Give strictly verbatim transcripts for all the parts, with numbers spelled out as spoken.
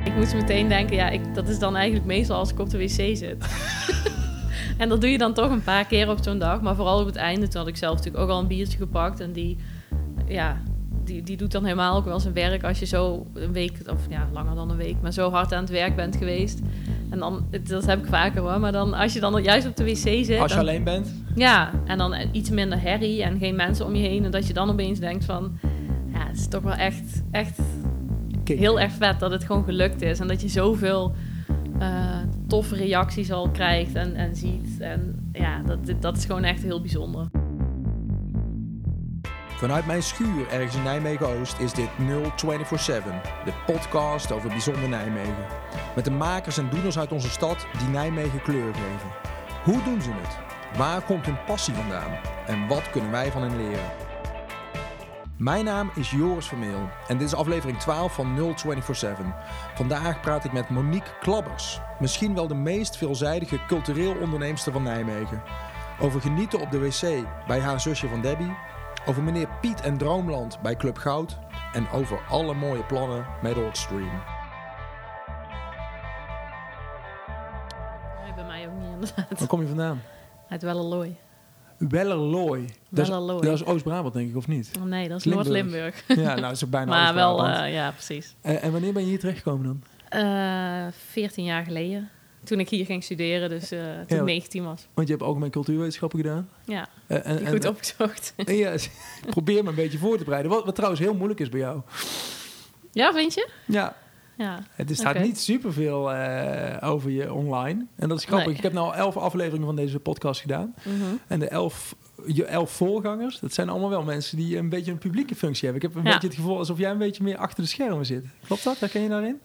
ik moest meteen denken, ja, ik, dat is dan eigenlijk meestal als ik op de wc zit. En dat doe je dan toch een paar keer op zo'n dag. Maar vooral op het einde, toen had ik zelf natuurlijk ook al een biertje gepakt. En die, ja, die, die doet dan helemaal ook wel zijn werk als je zo een week, of ja, langer dan een week, maar zo hard aan het werk bent geweest. En dan, dat heb ik vaker hoor, maar dan als je dan juist op de wc zit. Als je dan, alleen bent? Ja, en dan iets minder herrie en geen mensen om je heen. En dat je dan opeens denkt van, ja, het is toch wel echt, echt Kijk. heel erg vet dat het gewoon gelukt is. En dat je zoveel uh, toffe reacties al krijgt en, en ziet. En ja, dat, dat is gewoon echt heel bijzonder. Vanuit mijn schuur ergens in Nijmegen-Oost is dit nul vierentwintig zeven, de podcast over bijzonder Nijmegen. Met de makers en doeners uit onze stad die Nijmegen kleur geven. Hoe doen ze het? Waar komt hun passie vandaan? En wat kunnen wij van hen leren? Mijn naam is Joris Vermeel en dit is aflevering twaalf van nul vierentwintig zeven. Vandaag praat ik met Monique Klabbers, misschien wel de meest veelzijdige cultureel onderneemster van Nijmegen. Over genieten op de wc bij haar zusje van Debbie, over meneer Piet en Droomland bij Club Goud en over alle mooie plannen met Oldstream. Nee, bij mij ook niet inderdaad. Waar kom je vandaan? Uit Wellerlooy. Wellerlooy. Dat is, Wellerlooy. dat is Oost-Brabant denk ik, of niet? Oh, nee, dat is Limburg. Noord-Limburg. Ja, nou dat is ook bijna Maar wel, Oost-Brabant. uh, ja, precies. En, en wanneer ben je hier terechtgekomen dan? Uh, veertien jaar geleden. Toen ik hier ging studeren, dus uh, toen Ja, ik negentien was. Want je hebt algemeen cultuurwetenschappen gedaan. Ja, Uh, en, goed en, opgezocht. en, ja, ik probeer me een beetje voor te bereiden. Wat, wat trouwens heel moeilijk is bij jou. Ja, vind je? Ja, Ja. het is, staat Okay. niet superveel uh, over je online. En dat is grappig. Nee. Ik heb nu al elf afleveringen van deze podcast gedaan. Mm-hmm. En de elf, je elf voorgangers, dat zijn allemaal wel mensen die een beetje een publieke functie hebben. Ik heb een Ja. beetje het gevoel alsof jij een beetje meer achter de schermen zit. Klopt dat? Herken je daarin?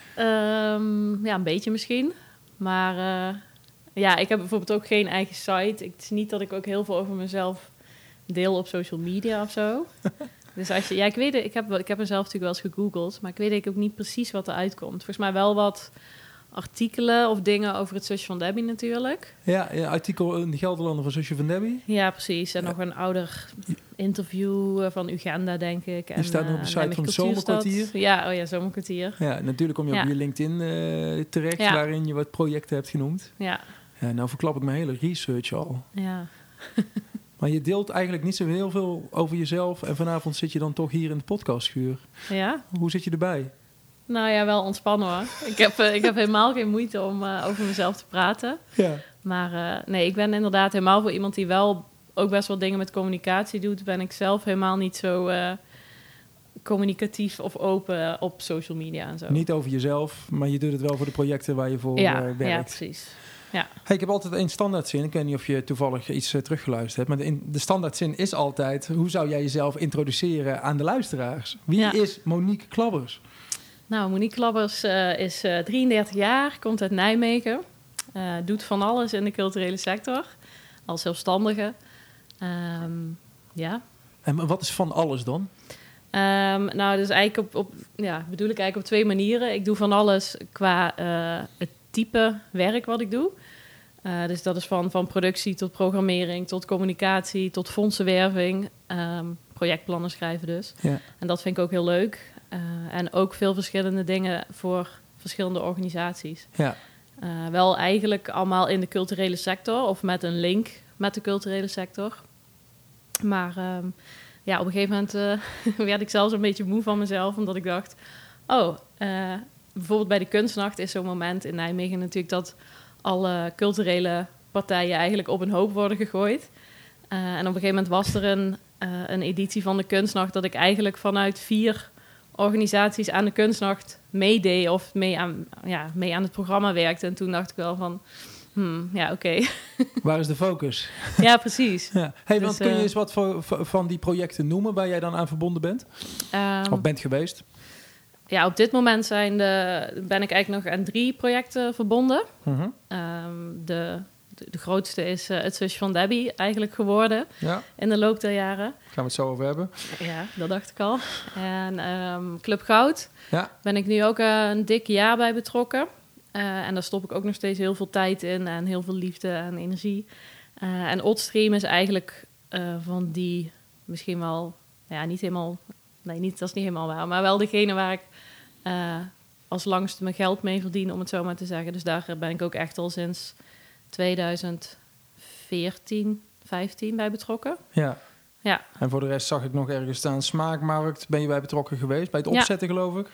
Um, ja, een beetje misschien. Maar uh, ja, ik heb bijvoorbeeld ook geen eigen site. Ik, het is niet dat ik ook heel veel over mezelf deel op social media of zo. Dus als je, ja, ik weet het, ik heb, ik heb mezelf natuurlijk wel eens gegoogeld, maar ik weet eigenlijk ook niet precies wat eruit komt. Volgens mij wel wat artikelen of dingen over het zusje van Debbie natuurlijk. Ja, ja, artikel in de Gelderlander van zusje van Debbie. Ja, precies. En Ja. nog een ouder interview van Uganda, denk ik. En, Die staat nog op de uh, site Nijmegen van het Cultuurstad. Zomerkwartier. Ja, oh ja, Zomerkwartier. Ja, natuurlijk kom je Ja. op je LinkedIn uh, terecht, Ja. waarin je wat projecten hebt genoemd. Ja, Ja, nou verklap ik mijn hele research al. ja. Maar je deelt eigenlijk niet zo heel veel over jezelf. En vanavond zit je dan toch hier in de podcastschuur. Ja? Hoe zit je erbij? Nou ja, wel ontspannen hoor. Ik heb, uh, ik heb helemaal geen moeite om uh, over mezelf te praten. Ja. Maar uh, nee, ik ben inderdaad helemaal voor iemand die wel ook best wel dingen met communicatie doet. Ben ik zelf helemaal niet zo uh, communicatief of open op social media en zo. Niet over jezelf, maar je doet het wel voor de projecten waar je voor ja, uh, werkt. ja, precies. Ja. Hey, ik heb altijd één standaardzin. Ik weet niet of je toevallig iets uh, teruggeluisterd hebt. Maar de, in, de standaardzin is altijd... Hoe zou jij jezelf introduceren aan de luisteraars? Wie Ja. is Monique Klabbers? Nou, Monique Klabbers uh, is uh, drieëndertig jaar, komt uit Nijmegen. Uh, doet van alles in de culturele sector. Als zelfstandige. Um, ja. En wat is van alles dan? Um, nou, dus eigenlijk op, op, ja, bedoel ik eigenlijk op twee manieren. Ik doe van alles qua uh, het type werk wat ik doe. Uh, dus dat is van, van productie tot programmering, tot communicatie, tot fondsenwerving. Um, projectplannen schrijven dus. Ja. En dat vind ik ook heel leuk. Uh, en ook veel verschillende dingen voor verschillende organisaties. Ja. Uh, wel eigenlijk allemaal in de culturele sector of met een link met de culturele sector. Maar um, ja, op een gegeven moment uh, werd ik zelfs een beetje moe van mezelf, omdat ik dacht... Oh, uh, bijvoorbeeld bij de Kunstnacht is zo'n moment in Nijmegen natuurlijk dat alle culturele partijen eigenlijk op een hoop worden gegooid. Uh, en op een gegeven moment was er een, uh, een editie van de Kunstnacht dat ik eigenlijk vanuit vier organisaties aan de Kunstnacht meedeed of mee aan, ja, mee aan het programma werkte. En toen dacht ik wel van, hmm, ja, oké. Okay. Waar is de focus? Ja, precies. Ja. Hey, Dus, want kun je uh, eens wat voor, voor, van die projecten noemen waar jij dan aan verbonden bent? Um, of bent geweest? Ja, op dit moment zijn de, ben ik eigenlijk nog aan drie projecten verbonden. Uh-huh. Um, de, de, de grootste is uh, het zusje van Debbie eigenlijk geworden Ja. in de loop der jaren. Gaan we het zo over hebben. Ja, dat dacht ik al. En um, Club Goud Ja. ben ik nu ook uh, een dik jaar bij betrokken. Uh, en daar stop ik ook nog steeds heel veel tijd in en heel veel liefde en energie. Uh, en Oldstream is eigenlijk uh, van die misschien wel, ja, niet helemaal, nee, niet, dat is niet helemaal waar, maar wel degene waar ik uh, als langste mijn geld mee verdien, om het zo maar te zeggen. Dus daar ben ik ook echt al sinds tweeduizend veertien, vijftien bij betrokken. Ja. Ja. En voor de rest zag ik nog ergens staan smaakmarkt. Ben je bij betrokken geweest? Bij het opzetten, ja. geloof ik?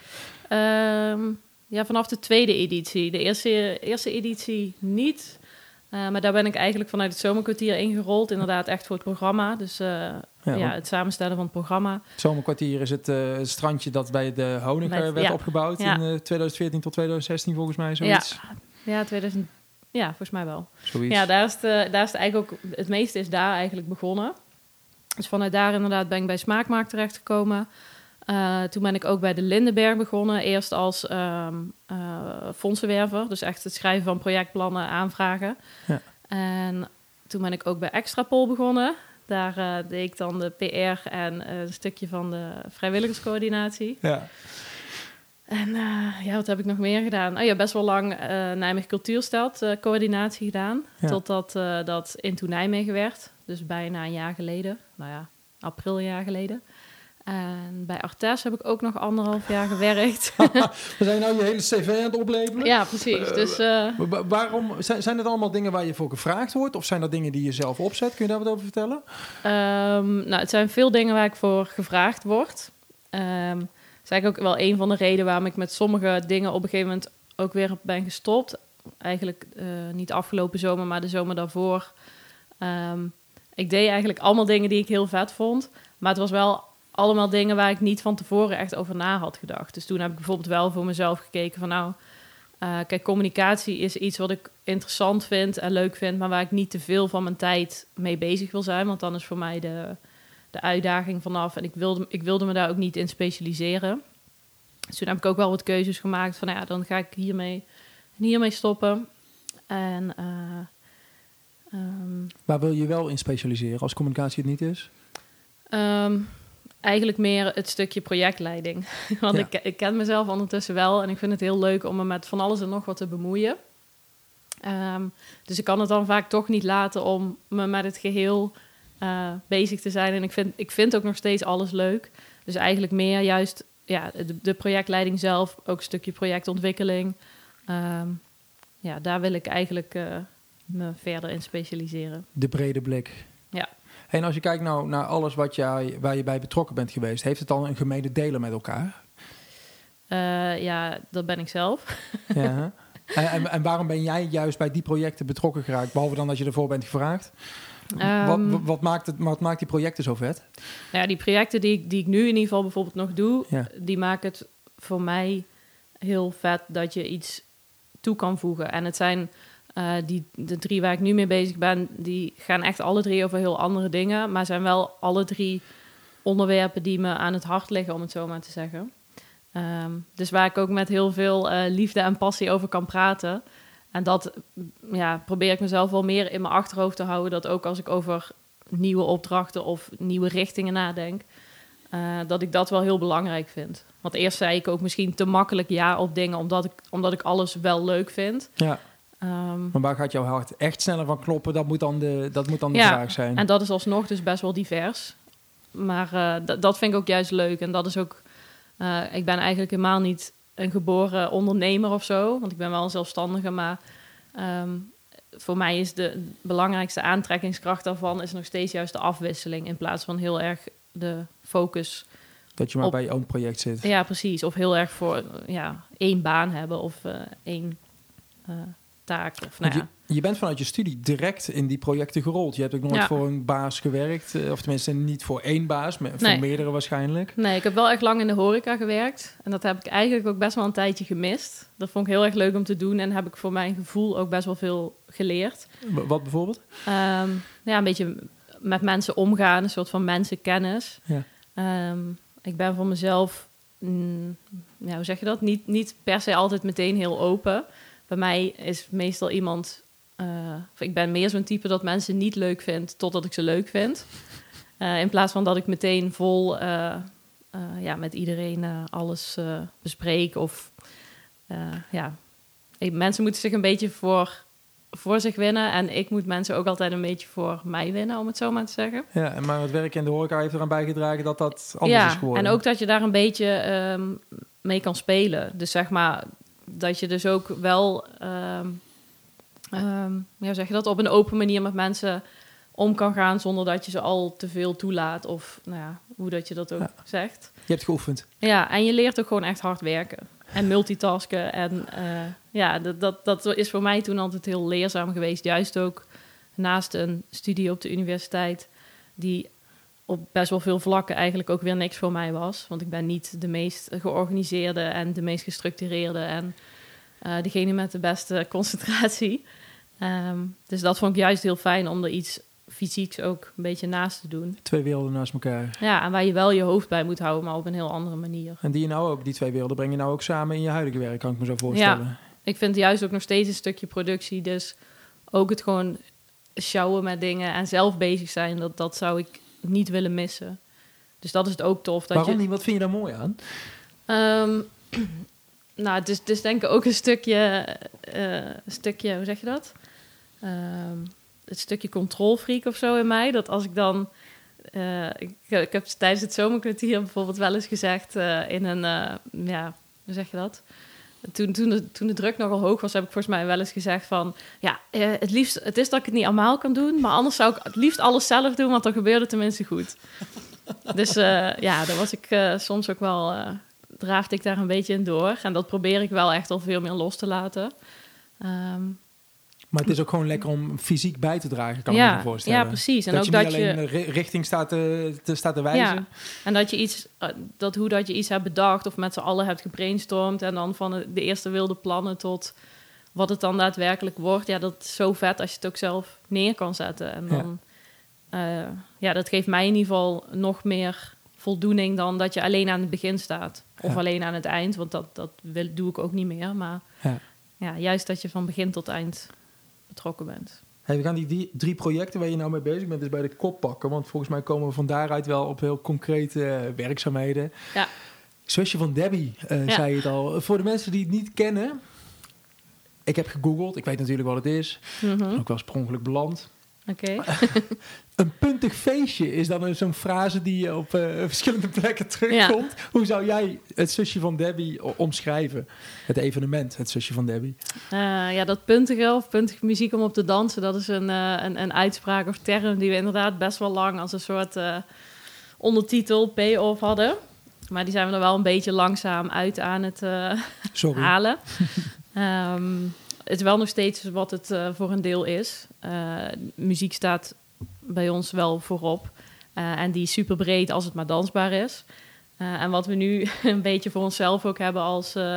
Um, ja, vanaf de tweede editie. De eerste, eerste editie niet. Uh, maar daar ben ik eigenlijk vanuit het zomerkwartier ingerold. Inderdaad, echt voor het programma. Dus uh, ja, ja, het samenstellen van het programma. Het zomerkwartier is het uh, strandje dat bij de Honig bij, werd ja. opgebouwd. Ja. In uh, tweeduizend veertien tot tweeduizend zestien volgens mij, zoiets. Ja, ja tweeduizend, ja volgens mij wel. Zoiets. Ja, daar is, de, daar is het eigenlijk ook... Het meeste is daar eigenlijk begonnen. Dus vanuit daar inderdaad ben ik bij Smaakmarkt terechtgekomen. Uh, toen ben ik ook bij de Lindenberg begonnen. Eerst als um, uh, fondsenwerver. Dus echt het schrijven van projectplannen, aanvragen. Ja. En toen ben ik ook bij Extrapol begonnen. Daar uh, deed ik dan de P R en uh, een stukje van de vrijwilligerscoördinatie. Ja. En uh, ja, wat heb ik nog meer gedaan? Oh ja, best wel lang uh, Nijmegen Cultuurstad uh, coördinatie gedaan. Ja. Totdat uh, dat Into Nijmegen werd. Dus bijna een jaar geleden. Nou ja, april een jaar geleden. En bij Artes heb ik ook nog anderhalf jaar gewerkt. We zijn nou je hele cv aan het opleveren? Ja, precies. Uh, dus, uh, waarom, zijn, zijn het allemaal dingen waar je voor gevraagd wordt? Of zijn dat dingen die je zelf opzet? Kun je daar wat over vertellen? Um, nou, het zijn veel dingen waar ik voor gevraagd word. Um, dat is eigenlijk ook wel een van de redenen waarom ik met sommige dingen op een gegeven moment ook weer ben gestopt. Eigenlijk uh, niet afgelopen zomer, maar de zomer daarvoor. Um, ik deed eigenlijk allemaal dingen die ik heel vet vond. Maar het was wel allemaal dingen waar ik niet van tevoren echt over na had gedacht. Dus toen heb ik bijvoorbeeld wel voor mezelf gekeken van nou... Uh, kijk, communicatie is iets wat ik interessant vind en leuk vind... maar waar ik niet te veel van mijn tijd mee bezig wil zijn. Want dan is voor mij de, de uitdaging vanaf. En ik wilde, ik wilde me daar ook niet in specialiseren. Dus toen heb ik ook wel wat keuzes gemaakt van... Nou ja, dan ga ik hiermee, hiermee stoppen. En... Uh, um, waar wil je wel in specialiseren als communicatie het niet is? Um, Eigenlijk meer het stukje projectleiding. Want ja. ik, ik ken mezelf ondertussen wel... en ik vind het heel leuk om me met van alles en nog wat te bemoeien. Um, dus ik kan het dan vaak toch niet laten om me met het geheel uh, bezig te zijn. En ik vind, ik vind ook nog steeds alles leuk. Dus eigenlijk meer juist ja, de, de projectleiding zelf... ook een stukje projectontwikkeling. Um, ja, daar wil ik eigenlijk uh, me verder in specialiseren. De brede blik. Ja. En als je kijkt nou naar alles wat jij, waar je bij betrokken bent geweest... heeft het dan een gemene deler met elkaar? Uh, ja, dat ben ik zelf. Ja. en, en, en waarom ben jij juist bij die projecten betrokken geraakt? Behalve dan dat je ervoor bent gevraagd. Um, wat, wat, maakt het, wat maakt die projecten zo vet? Nou ja, die projecten die ik, die ik nu in ieder geval bijvoorbeeld nog doe... Ja. die maken het voor mij heel vet dat je iets toe kan voegen. En het zijn... Uh, die, de drie waar ik nu mee bezig ben, die gaan echt alle drie over heel andere dingen. Maar zijn wel alle drie onderwerpen die me aan het hart liggen, om het zo maar te zeggen. Um, dus waar ik ook met heel veel uh, liefde en passie over kan praten. En dat ja, probeer ik mezelf wel meer in mijn achterhoofd te houden. Dat ook als ik over nieuwe opdrachten of nieuwe richtingen nadenk... Uh, dat ik dat wel heel belangrijk vind. Want eerst zei ik ook misschien te makkelijk ja op dingen... omdat ik, omdat ik alles wel leuk vind... Ja. Um, maar waar gaat jouw hart echt sneller van kloppen? Dat moet dan de, dat moet dan de ja, vraag zijn. En dat is alsnog dus best wel divers. Maar uh, d- dat vind ik ook juist leuk. En dat is ook... Uh, ik ben eigenlijk helemaal niet een geboren ondernemer of zo. Want ik ben wel een zelfstandige. Maar um, voor mij is de belangrijkste aantrekkingskracht daarvan... is nog steeds juist de afwisseling... in plaats van heel erg de focus... Dat je maar op, bij je own project zit. Ja, precies. Of heel erg voor ja, één baan hebben of uh, één... Uh, taak. Of, nou ja. je, je bent vanuit je studie direct in die projecten gerold. Je hebt ook nooit ja. voor een baas gewerkt. Of tenminste niet voor één baas, maar voor nee. meerdere waarschijnlijk. Nee, ik heb wel echt lang in de horeca gewerkt. En dat heb ik eigenlijk ook best wel een tijdje gemist. Dat vond ik heel erg leuk om te doen. En heb ik voor mijn gevoel ook best wel veel geleerd. Wat bijvoorbeeld? Um, ja, een beetje met mensen omgaan. Een soort van mensenkennis. Ja. Um, ik ben voor mezelf... Mm, ja, hoe zeg je dat? Niet, niet per se altijd meteen heel open... Bij mij is meestal iemand... Uh, ik ben meer zo'n type dat mensen niet leuk vindt... totdat ik ze leuk vind. Uh, in plaats van dat ik meteen vol... Uh, uh, ja, met iedereen uh, alles uh, bespreek. Of uh, ja... Mensen moeten zich een beetje voor voor zich winnen. En ik moet mensen ook altijd een beetje voor mij winnen, om het zo maar te zeggen. Ja, maar het werk in de horeca heeft eraan bijgedragen dat dat anders ja, is geworden. En ook dat je daar een beetje um, mee kan spelen. Dus zeg maar, dat je dus ook wel, um, um, ja, zeg je dat, op een open manier met mensen om kan gaan zonder dat je ze al te veel toelaat. Of nou ja, hoe dat je dat ook ja. zegt. Je hebt geoefend. Ja, en je leert ook gewoon echt hard werken. En multitasken. En uh, ja, dat, dat, dat is voor mij toen altijd heel leerzaam geweest. Juist ook naast een studie op de universiteit, die op best wel veel vlakken eigenlijk ook weer niks voor mij was. Want ik ben niet de meest georganiseerde en de meest gestructureerde en uh, degene met de beste concentratie. Um, dus dat vond ik juist heel fijn om er iets fysieks ook een beetje naast te doen. Twee werelden naast elkaar. Ja, en waar je wel je hoofd bij moet houden, maar op een heel andere manier. En die je nou ook, die twee werelden breng je nou ook samen in je huidige werk, kan ik me zo voorstellen. Ja, ik vind juist ook nog steeds een stukje productie, dus ook het gewoon sjouwen met dingen en zelf bezig zijn, dat, dat zou ik niet willen missen. Dus dat is het ook tof. Dat Waarom je, niet? Wat vind je daar mooi aan? Um, nou, het is, het is denk ik ook een stukje, uh, een stukje, hoe zeg je dat? Um, het stukje controlfreak of zo in mij. Dat als ik dan... Uh, ik, ik heb tijdens het zomerkwartier bijvoorbeeld wel eens gezegd uh, in een... Uh, ja, hoe zeg je dat? Toen, toen, de, toen de druk nogal hoog was, heb ik volgens mij wel eens gezegd van... Ja, uh, het liefst... Het is dat ik het niet allemaal kan doen, maar anders zou ik het liefst alles zelf doen, want dan gebeurt het tenminste goed. Dus uh, ja, daar was ik uh, soms ook wel... Uh, draafde ik daar een beetje in door. En dat probeer ik wel echt al veel meer los te laten. Um, Maar het is ook gewoon lekker om fysiek bij te dragen, kan ja, ik me voorstellen. Ja, precies. En dat ook je dat niet alleen je de richting staat te, te, staat te wijzen. Ja, en dat je iets, dat hoe dat je iets hebt bedacht of met z'n allen hebt gebrainstormd en dan van de eerste wilde plannen tot wat het dan daadwerkelijk wordt. Ja, dat is zo vet als je het ook zelf neer kan zetten. En dan, ja, uh, ja dat geeft mij in ieder geval nog meer voldoening dan dat je alleen aan het begin staat. Of ja. alleen aan het eind, want dat, dat wil, doe ik ook niet meer. Maar ja. Ja, juist dat je van begin tot eind betrokken bent. Hey, we gaan die, die drie projecten waar je nou mee bezig bent, dus bij de kop pakken. Want volgens mij komen we van daaruit wel op heel concrete uh, werkzaamheden. Ja. Zusje van Debbie, uh, ja. zei je het al. Voor de mensen die het niet kennen, ik heb gegoogeld. Ik weet natuurlijk wat het is. Mm-hmm. Ook wel sprongelijk beland. Oké. Okay. Een puntig feestje is dan zo'n frase die op uh, verschillende plekken terugkomt. Ja. Hoe zou jij het Zusje van Debbie omschrijven? Het evenement, het Zusje van Debbie. Uh, ja, dat puntige of puntige muziek om op te dansen, dat is een, uh, een, een uitspraak of term die we inderdaad best wel lang als een soort uh, ondertitel, payoff hadden. Maar die zijn we er wel een beetje langzaam uit aan het uh, halen. um, het is wel nog steeds wat het uh, voor een deel is. Uh, muziek staat bij ons wel voorop. Uh, en die is super breed als het maar dansbaar is. Uh, en wat we nu een beetje voor onszelf ook hebben als... Uh,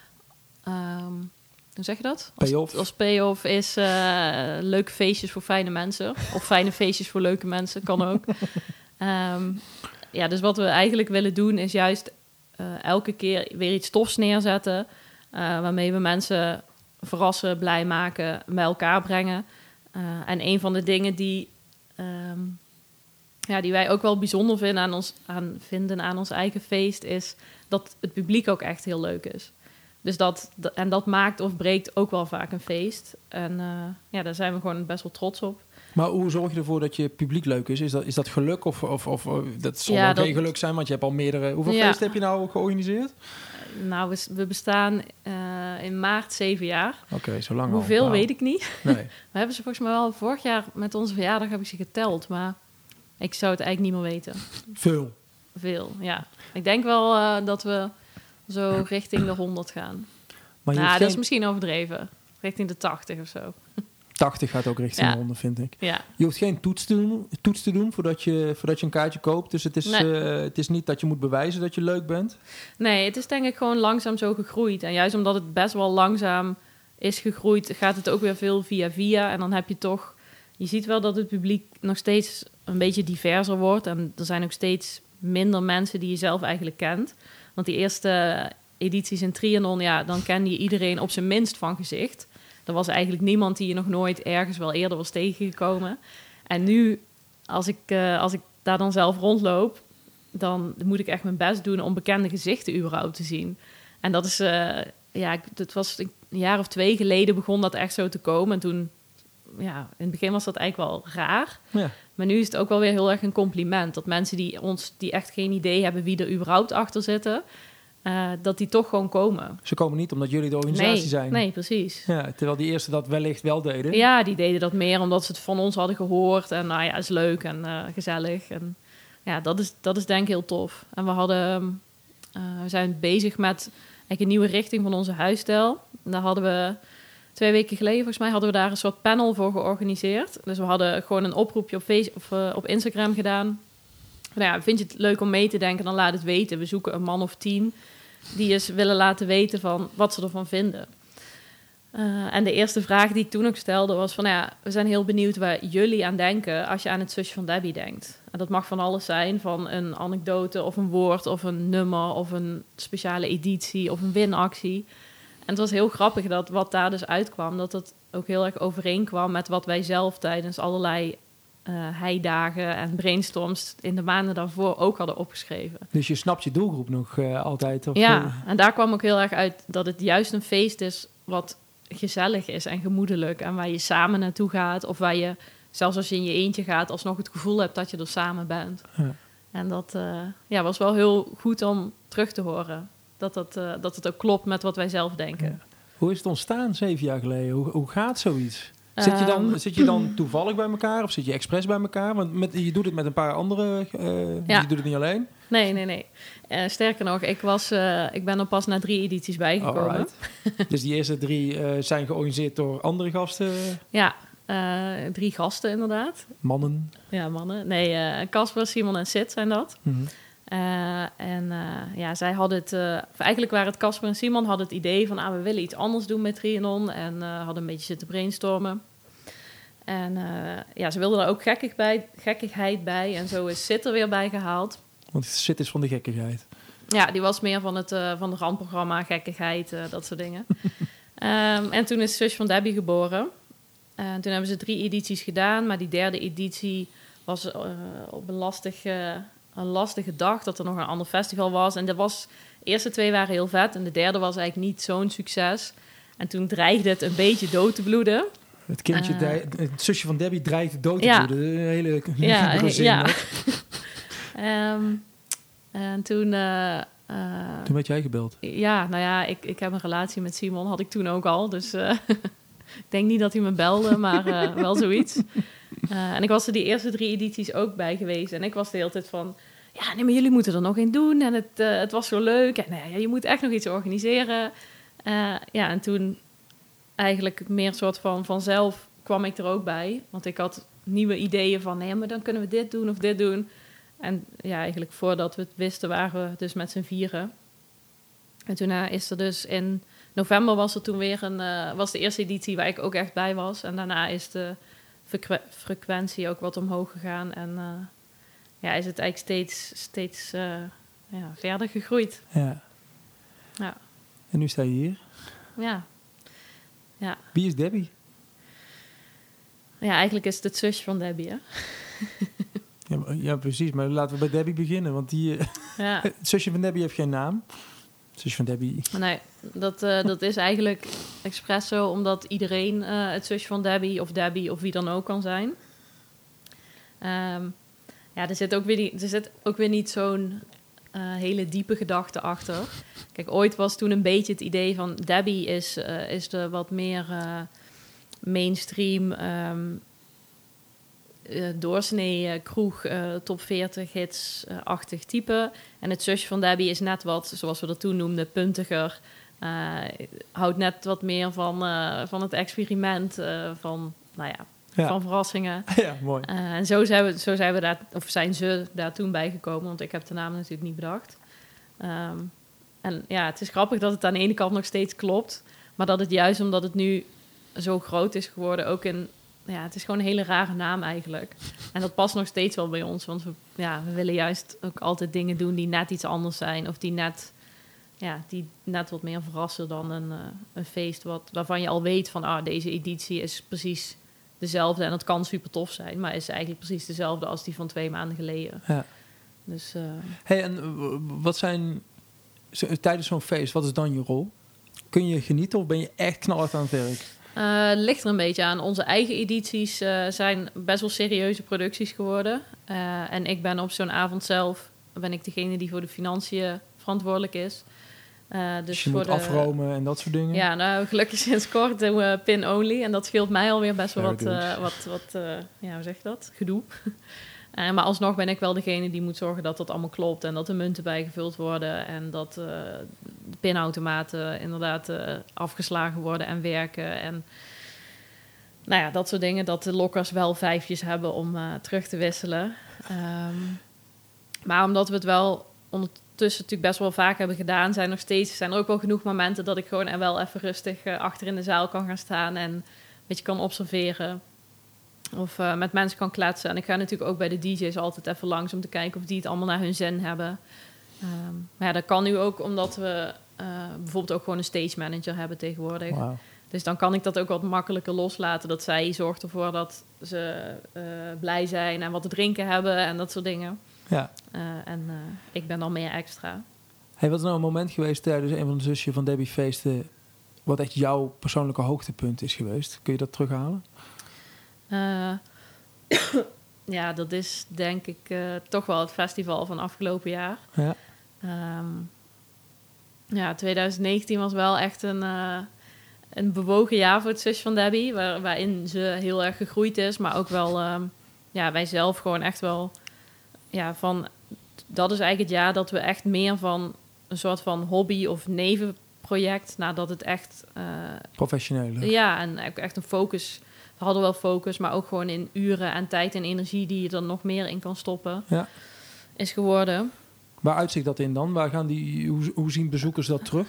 um, hoe zeg je dat? Als, payoff. Als payoff is uh, leuke feestjes voor fijne mensen. Of fijne feestjes voor leuke mensen, kan ook. um, ja, dus wat we eigenlijk willen doen is juist uh, elke keer weer iets tofs neerzetten. Uh, waarmee we mensen verrassen, blij maken, bij elkaar brengen. Uh, en een van de dingen die... Um, ja, die wij ook wel bijzonder vinden aan, ons, aan, vinden aan ons eigen feest... is dat het publiek ook echt heel leuk is. Dus dat, en dat maakt of breekt ook wel vaak een feest. En uh, ja, daar zijn we gewoon best wel trots op. Maar hoe zorg je ervoor dat je publiek leuk is? Is dat, is dat geluk of, of, of dat zal ja, ook dat... geen geluk zijn? Want je hebt al meerdere... Hoeveel ja. feesten heb je nou georganiseerd? Uh, nou, we, we bestaan uh, in maart zeven jaar. Oké, okay, zo lang Hoeveel al. Wow. weet ik niet. Nee. We hebben ze volgens mij wel vorig jaar met onze verjaardag heb ik ze geteld, maar ik zou het eigenlijk niet meer weten. Veel. Veel, ja. Ik denk wel uh, dat we zo richting de honderd gaan. Maar nou, dat geen... is misschien overdreven. Richting de tachtig of zo. tachtig gaat ook richting ja. de honderd, vind ik. Ja. Je hoeft geen toets te doen, toets te doen voordat, je, voordat je een kaartje koopt. Dus het is, nee. uh, het is niet dat je moet bewijzen dat je leuk bent. Nee, het is denk ik gewoon langzaam zo gegroeid. En juist omdat het best wel langzaam is gegroeid, gaat het ook weer veel via via. En dan heb je toch... Je ziet wel dat het publiek nog steeds een beetje diverser wordt. En er zijn ook steeds minder mensen die je zelf eigenlijk kent. Want die eerste edities in Trianon, ja, dan kende je iedereen op zijn minst van gezicht. Er was eigenlijk niemand die je nog nooit ergens wel eerder was tegengekomen. En nu, als ik, uh, als ik daar dan zelf rondloop, dan moet ik echt mijn best doen om bekende gezichten überhaupt te zien. En dat is, uh, ja, het was een jaar of twee geleden begon dat echt zo te komen. En toen ja, in het begin was dat eigenlijk wel raar. Ja. Maar nu is het ook wel weer heel erg een compliment. Dat mensen die ons die echt geen idee hebben wie er überhaupt achter zitten, uh, dat die toch gewoon komen. Ze komen niet omdat jullie de organisatie nee, zijn. Nee, precies. Ja, terwijl die eerste dat wellicht wel deden. Ja, die deden dat meer omdat ze het van ons hadden gehoord. En nou ja, is leuk en uh, gezellig. En ja, dat is, dat is denk ik heel tof. En we hadden, uh, we zijn bezig met eigenlijk een nieuwe richting van onze huisstijl. En daar hadden we twee weken geleden, volgens mij, hadden we daar een soort panel voor georganiseerd. Dus we hadden gewoon een oproepje op, face, of, uh, op Instagram gedaan. Nou ja, vind je het leuk om mee te denken, dan laat het weten. We zoeken een man of tien die eens willen laten weten van wat ze ervan vinden. Uh, en de eerste vraag die ik toen ook stelde was van, ja, we zijn heel benieuwd waar jullie aan denken als je aan het zusje van Debbie denkt. En dat mag van alles zijn, van een anekdote of een woord of een nummer of een speciale editie of een winactie. En het was heel grappig dat wat daar dus uitkwam, dat het ook heel erg overeenkwam met wat wij zelf tijdens allerlei uh, heidagen en brainstorms in de maanden daarvoor ook hadden opgeschreven. Dus je snapt je doelgroep nog uh, altijd? Of ja, uh... en daar kwam ook heel erg uit dat het juist een feest is wat gezellig is en gemoedelijk en waar je samen naartoe gaat of waar je, zelfs als je in je eentje gaat, alsnog het gevoel hebt dat je er samen bent. Ja. En dat uh, ja, was wel heel goed om terug te horen. Dat, dat, uh, dat het ook klopt met wat wij zelf denken. Ja. Hoe is het ontstaan zeven jaar geleden? Hoe, hoe gaat zoiets? Zit je, dan, Um, zit je dan toevallig bij elkaar of zit je expres bij elkaar? Want met, je doet het met een paar anderen, uh, ja. je doet het niet alleen. Nee, nee, nee. Uh, sterker nog, ik, was, uh, ik ben er pas na drie edities bijgekomen. Dus die eerste drie uh, zijn georganiseerd door andere gasten? Ja, uh, drie gasten inderdaad. Mannen? Ja, mannen. Nee, Casper, uh, Simon en Sid zijn dat. Mm-hmm. Uh, en uh, ja, zij hadden het... Uh, eigenlijk waren het Casper en Simon hadden het idee van, ah, we willen iets anders doen met Trianon. En uh, hadden een beetje zitten brainstormen. En uh, ja, ze wilden er ook gekkig bij, gekkigheid bij. En zo is Sid er weer bij gehaald. Want Sid is van de gekkigheid. Ja, die was meer van het, uh, van het randprogramma, gekkigheid, uh, dat soort dingen. um, en toen is Zus van Debbie geboren. En uh, toen hebben ze drie edities gedaan. Maar die derde editie was uh, op een lastige... een lastige dag, dat er nog een ander festival was. En de, was, de eerste twee waren heel vet en de derde was eigenlijk niet zo'n succes. En toen dreigde het een beetje dood te bloeden. Het kindje, uh, dij, het zusje van Debbie dreigde dood te ja. bloeden. Een hele ja, gezin. Ja. um, en toen... Uh, uh, toen werd jij gebeld. Ja, nou ja, ik, ik heb een relatie met Simon, had ik toen ook al. Dus uh, ik denk niet dat hij me belde, maar uh, wel zoiets. Uh, en ik was er die eerste drie edities ook bij geweest. En ik was de hele tijd van... Ja, nee, maar jullie moeten er nog een doen. En het, uh, het was zo leuk. En uh, ja, je moet echt nog iets organiseren. Uh, ja, en toen eigenlijk meer soort van vanzelf kwam ik er ook bij. Want ik had nieuwe ideeën van... Nee, maar dan kunnen we dit doen of dit doen. En ja, eigenlijk voordat we het wisten waren we dus met z'n vieren. En toen uh, is er dus in november was er toen weer een... Uh, was de eerste editie waar ik ook echt bij was. En daarna is de... Frequ- frequentie ook wat omhoog gegaan. En uh, ja, is het eigenlijk steeds, steeds uh, ja, verder gegroeid. Ja. Ja. En nu sta je hier. Ja. Ja. Wie is Debbie? Ja, eigenlijk is het het zusje van Debbie, hè? ja, ja, precies. Maar laten we bij Debbie beginnen. Want die, uh, ja. het zusje van Debbie heeft geen naam. Het zusje van Debbie... Nee, dat, uh, dat is eigenlijk expres zo... omdat iedereen uh, het zusje van Debbie of Debbie of wie dan ook kan zijn. Um, ja, er zit ook weer, die, er zit ook weer niet zo'n uh, hele diepe gedachte achter. Kijk, ooit was toen een beetje het idee van... Debbie is, uh, is de wat meer uh, mainstream... Um, Uh, doorsnee uh, kroeg, uh, top veertig hits-achtig uh, type. En het zusje van Debbie is net wat, zoals we dat toen noemden, puntiger. Uh, houdt net wat meer van, uh, van het experiment, uh, van, nou ja, ja, van verrassingen. Ja, mooi. Uh, en zo zijn we, zo zijn we daar, of zijn ze daar toen bij gekomen, want ik heb de naam natuurlijk niet bedacht. Um, en ja, het is grappig dat het aan de ene kant nog steeds klopt, maar dat het juist omdat het nu zo groot is geworden, ook in... Ja, het is gewoon een hele rare naam eigenlijk. En dat past nog steeds wel bij ons. Want we, ja, we willen juist ook altijd dingen doen die net iets anders zijn. Of die net, ja, die net wat meer verrassen dan een, uh, een feest... Wat, waarvan je al weet van ah, deze editie is precies dezelfde. En dat kan super tof zijn. Maar is eigenlijk precies dezelfde als die van twee maanden geleden. Ja. Dus, uh, hey, en wat zijn... Tijdens zo'n feest, wat is dan je rol? Kun je genieten of ben je echt knallend aan het werk? Uh, het ligt er een beetje aan. Onze eigen edities uh, zijn best wel serieuze producties geworden. Uh, en ik ben op zo'n avond zelf ben ik degene die voor de financiën verantwoordelijk is. Uh, dus, dus je voor moet de, afromen en dat soort dingen? Ja, nou gelukkig sinds kort doen we pin-only. En dat scheelt mij alweer best wel wat, uh, wat, wat uh, ja, hoe zeg je dat? Gedoe. Uh, maar alsnog ben ik wel degene die moet zorgen dat dat allemaal klopt. En dat de munten bijgevuld worden. En dat uh, de pinautomaten inderdaad uh, afgeslagen worden en werken. En nou ja, dat soort dingen. Dat de lokkers wel vijfjes hebben om uh, terug te wisselen. Um, maar omdat we het wel ondertussen natuurlijk best wel vaak hebben gedaan... zijn, nog steeds, zijn er ook wel genoeg momenten dat ik gewoon er wel even rustig uh, achter in de zaal kan gaan staan. En een beetje kan observeren. Of uh, met mensen kan kletsen. En ik ga natuurlijk ook bij de D J's altijd even langs om te kijken of die het allemaal naar hun zin hebben. Um, maar ja, dat kan nu ook omdat we uh, bijvoorbeeld ook gewoon een stage manager hebben tegenwoordig. Wow. Dus dan kan ik dat ook wat makkelijker loslaten. Dat zij zorgt ervoor dat ze uh, blij zijn en wat te drinken hebben en dat soort dingen. Ja. Uh, en uh, ik ben dan meer extra. Hey, wat is nou een moment geweest tijdens een van de zusje van Debbie feesten... wat echt jouw persoonlijke hoogtepunt is geweest? Kun je dat terughalen? Uh, ja, dat is denk ik uh, toch wel het festival van afgelopen jaar. Ja, um, ja twintig negentien was wel echt een, uh, een bewogen jaar voor het zusje van Debbie... Waar, waarin ze heel erg gegroeid is, maar ook wel... Um, ja, wij zelf gewoon echt wel... Ja, van... Dat is eigenlijk het jaar dat we echt meer van een soort van hobby of nevenproject... nadat het echt... Uh, professioneel. Ja, en echt een focus... We hadden wel focus, maar ook gewoon in uren en tijd en energie... die je er nog meer in kan stoppen, ja. is geworden. Waar uitzicht dat in dan? Waar gaan die, hoe, hoe zien bezoekers dat terug?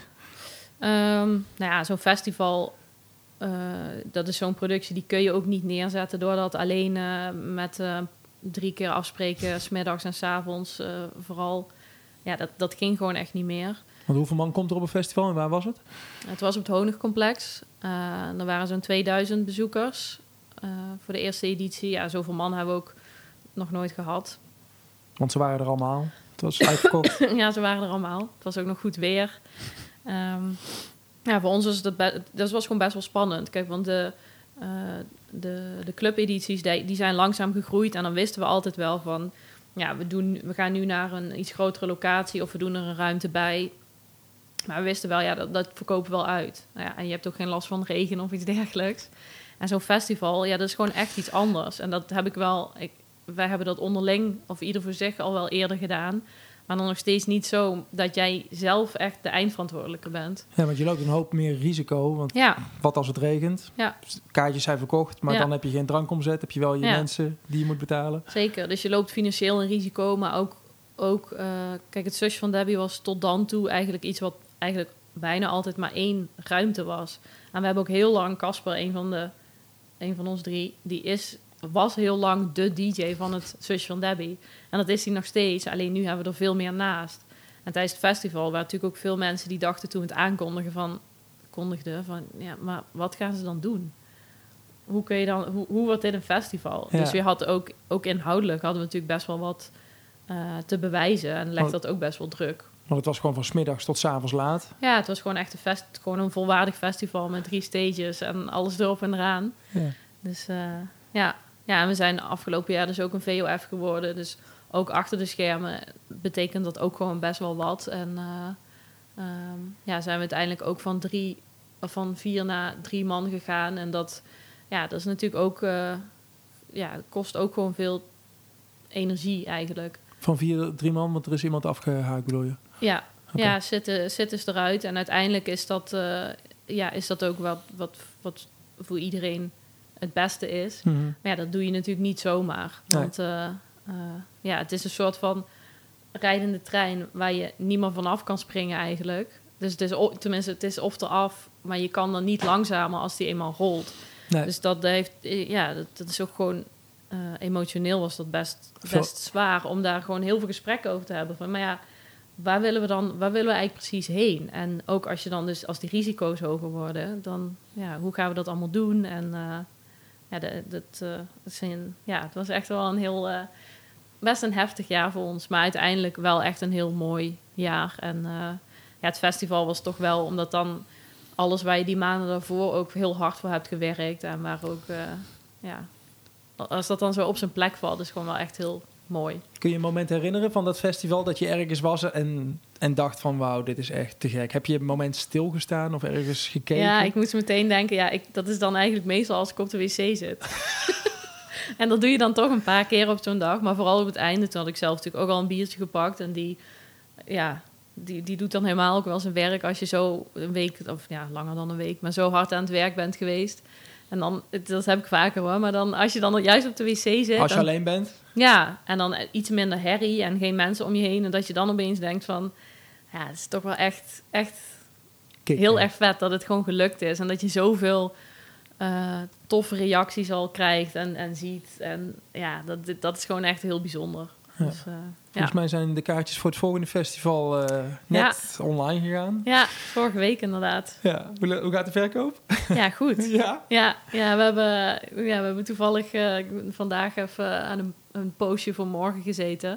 Um, nou ja, zo'n festival... Uh, dat is zo'n productie, die kun je ook niet neerzetten... doordat alleen uh, met uh, drie keer afspreken... 's middags en 's avonds uh, vooral... Ja, dat, dat ging gewoon echt niet meer. Want hoeveel man komt er op een festival en waar was het? Het was op het Honigcomplex. Uh, er waren zo'n tweeduizend bezoekers uh, voor de eerste editie. Ja, zoveel man hebben we ook nog nooit gehad. Want ze waren er allemaal. Het was uitverkocht. Ja, ze waren er allemaal. Het was ook nog goed weer. Um, ja, voor ons was dat, be- dat was gewoon best wel spannend. Kijk, want de, uh, de, de clubedities, die, die zijn langzaam gegroeid. En dan wisten we altijd wel van... Ja, we, doen, we gaan nu naar een iets grotere locatie... of we doen er een ruimte bij... Maar we wisten wel, ja, dat, dat verkopen we wel uit. Nou ja, en je hebt ook geen last van regen of iets dergelijks. En zo'n festival, ja, dat is gewoon echt iets anders. En dat heb ik wel... Ik, wij hebben dat onderling, of ieder voor zich, al wel eerder gedaan. Maar dan nog steeds niet zo dat jij zelf echt de eindverantwoordelijke bent. Ja, want je loopt een hoop meer risico. Want ja. wat als het regent? Ja. Kaartjes zijn verkocht, maar ja. dan heb je geen drankomzet. Heb je wel je ja. mensen die je moet betalen. Zeker, dus je loopt financieel een risico. Maar ook, ook uh, kijk, het zusje van Debbie was tot dan toe eigenlijk iets wat... eigenlijk bijna altijd maar één ruimte was. En we hebben ook heel lang... Casper, een van de een van ons drie... die is, was heel lang de D J van het zusje van Debbie. En dat is hij nog steeds. Alleen nu hebben we er veel meer naast. En tijdens het festival waren natuurlijk ook veel mensen... die dachten toen we het aankondigen van... kondigden van... ja, maar wat gaan ze dan doen? Hoe kun je dan... Hoe, hoe wordt dit een festival? Ja. Dus je had ook... ook inhoudelijk hadden we natuurlijk best wel wat... Uh, te bewijzen. En legt dat ook best wel druk. Want het was gewoon van 's middags tot 's avonds laat. Ja, het was gewoon echt een, fest, gewoon een volwaardig festival met drie stages en alles erop en eraan. Ja. Dus uh, ja. ja, en we zijn afgelopen jaar dus ook een V O F geworden. Dus ook achter de schermen betekent dat ook gewoon best wel wat. En uh, um, ja, zijn we uiteindelijk ook van, drie, van vier naar drie man gegaan. En dat, ja, dat is natuurlijk ook, uh, ja, kost ook gewoon veel energie eigenlijk. Van vier, drie man, want er is iemand afgehaakt, bedoel je? Ja, okay. ja zitten, zitten ze eruit. En uiteindelijk is dat, uh, ja, is dat ook wat, wat, wat voor iedereen het beste is. Mm-hmm. Maar ja, dat doe je natuurlijk niet zomaar. Want nee. uh, uh, ja, het is een soort van rijdende trein... waar je niet meer vanaf kan springen eigenlijk. Dus het is, tenminste, het is of eraf... maar je kan er niet langzamer als die eenmaal rolt. Nee. Dus dat heeft... Ja, dat, dat is ook gewoon... Uh, emotioneel was dat best, best zwaar om daar gewoon heel veel gesprekken over te hebben. Van, maar ja, waar willen we dan, waar willen we eigenlijk precies heen? En ook als je dan dus, als die risico's hoger worden, dan, ja, hoe gaan we dat allemaal doen? En uh, ja, de, dat, uh, dat zijn, ja, het was echt wel een heel, uh, best een heftig jaar voor ons, maar uiteindelijk wel echt een heel mooi jaar. En uh, ja, het festival was toch wel, omdat dan alles waar je die maanden daarvoor ook heel hard voor hebt gewerkt. En waar ook, uh, ja, als dat dan zo op zijn plek valt, is gewoon wel echt heel mooi. Kun je een moment herinneren van dat festival dat je ergens was en, en dacht van wauw, dit is echt te gek. Heb je een moment stilgestaan of ergens gekeken? Ja, ik moest meteen denken, ja, ik, dat is dan eigenlijk meestal als ik op de wc zit. En dat doe je dan toch een paar keer op zo'n dag. Maar vooral op het einde, toen had ik zelf natuurlijk ook al een biertje gepakt. En die, ja, die, die doet dan helemaal ook wel zijn werk als je zo een week, of ja, langer dan een week, maar zo hard aan het werk bent geweest. En dan, dat heb ik vaker hoor, maar dan als je dan juist op de wc zit... Als je dan, alleen bent? Ja, en dan iets minder herrie en geen mensen om je heen. En dat je dan opeens denkt van, ja, het is toch wel echt, echt Kijk, heel ja. erg vet dat het gewoon gelukt is. En dat je zoveel uh, toffe reacties al krijgt en, en ziet. En ja, dat, dat is gewoon echt heel bijzonder. Ja. Dus, uh, Volgens ja. mij zijn de kaartjes voor het volgende festival uh, net ja. online gegaan. Ja, vorige week inderdaad. Ja. Hoe, hoe gaat de verkoop? Ja, goed. ja? Ja, ja, we hebben, ja, we hebben toevallig uh, vandaag even aan een, een postje voor morgen gezeten.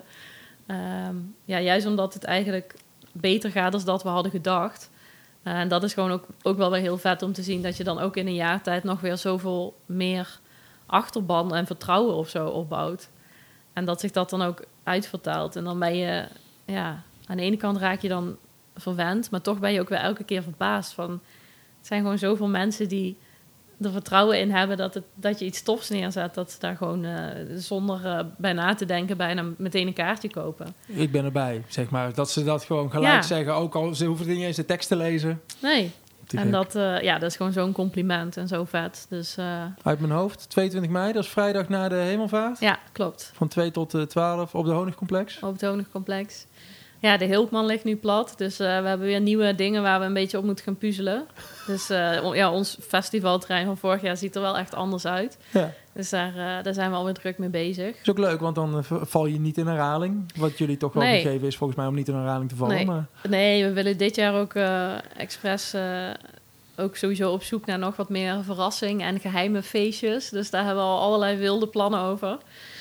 Um, ja, juist omdat het eigenlijk beter gaat dan dat we hadden gedacht. Uh, en dat is gewoon ook, ook wel weer heel vet om te zien dat je dan ook in een jaar tijd nog weer zoveel meer achterban en vertrouwen of zo opbouwt. En dat zich dat dan ook uitvertaalt. En dan ben je, ja, aan de ene kant raak je dan verwend, maar toch ben je ook weer elke keer verbaasd van, het zijn gewoon zoveel mensen die er vertrouwen in hebben dat, het, dat je iets tofs neerzet, dat ze daar gewoon uh, zonder uh, bij na te denken bijna meteen een kaartje kopen. Ik ben erbij, zeg maar. Dat ze dat gewoon gelijk ja. zeggen, ook al ze hoeven niet eens de tekst te lezen. Nee. En dat, uh, ja, dat is gewoon zo'n compliment en zo vet. Dus, uh, uit mijn hoofd, tweeëntwintig mei, dat is vrijdag na de Hemelvaart. Ja, klopt. Van twee tot twaalf op de Honigcomplex. Op het Honigcomplex. Ja, de Hilkman ligt nu plat. Dus uh, we hebben weer nieuwe dingen waar we een beetje op moeten gaan puzzelen. Dus uh, ja, ons festivalterrein van vorig jaar ziet er wel echt anders uit. Ja. Dus daar, uh, daar zijn we alweer druk mee bezig. Is ook leuk, want dan uh, val je niet in herhaling. Wat jullie toch wel nee. gegeven is volgens mij om niet in herhaling te vallen. Nee, maar... nee we willen dit jaar ook uh, expres... Uh, ook sowieso op zoek naar nog wat meer verrassing en geheime feestjes. Dus daar hebben we al allerlei wilde plannen over.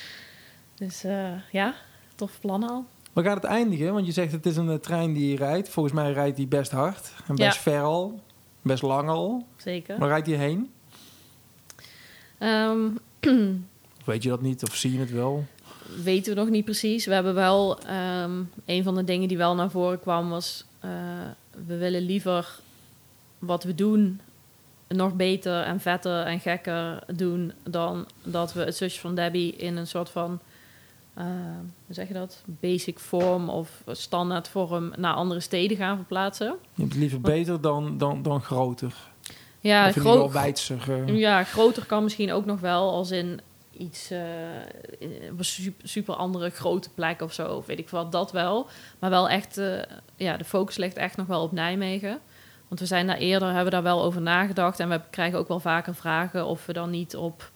Dus uh, ja, toffe plannen al. Waar gaat het eindigen? Want je zegt het is een uh, trein die rijdt. Volgens mij rijdt die best hard. En best ja. ver al. Best lang al. Zeker. Waar rijdt die heen? Um, of weet je dat niet? Of zie je het wel? Weten we nog niet precies. We hebben wel... Um, een van de dingen die wel naar voren kwam was... Uh, we willen liever... wat we doen nog beter en vetter en gekker doen dan dat we het Zusje van Debbie in een soort van, uh, hoe zeg je dat, basic vorm of standaard vorm naar andere steden gaan verplaatsen. Je hebt het liever Want, beter dan, dan, dan groter. Ja, of in ieder geval wijdser. Uh. Ja, groter kan misschien ook nog wel als in iets, uh, een super, super andere grote plek of zo, of weet ik wat, dat wel. Maar wel echt, uh, ja, de focus ligt echt nog wel op Nijmegen. Want we zijn daar eerder, hebben daar wel over nagedacht. En we krijgen ook wel vaker vragen of we dan niet op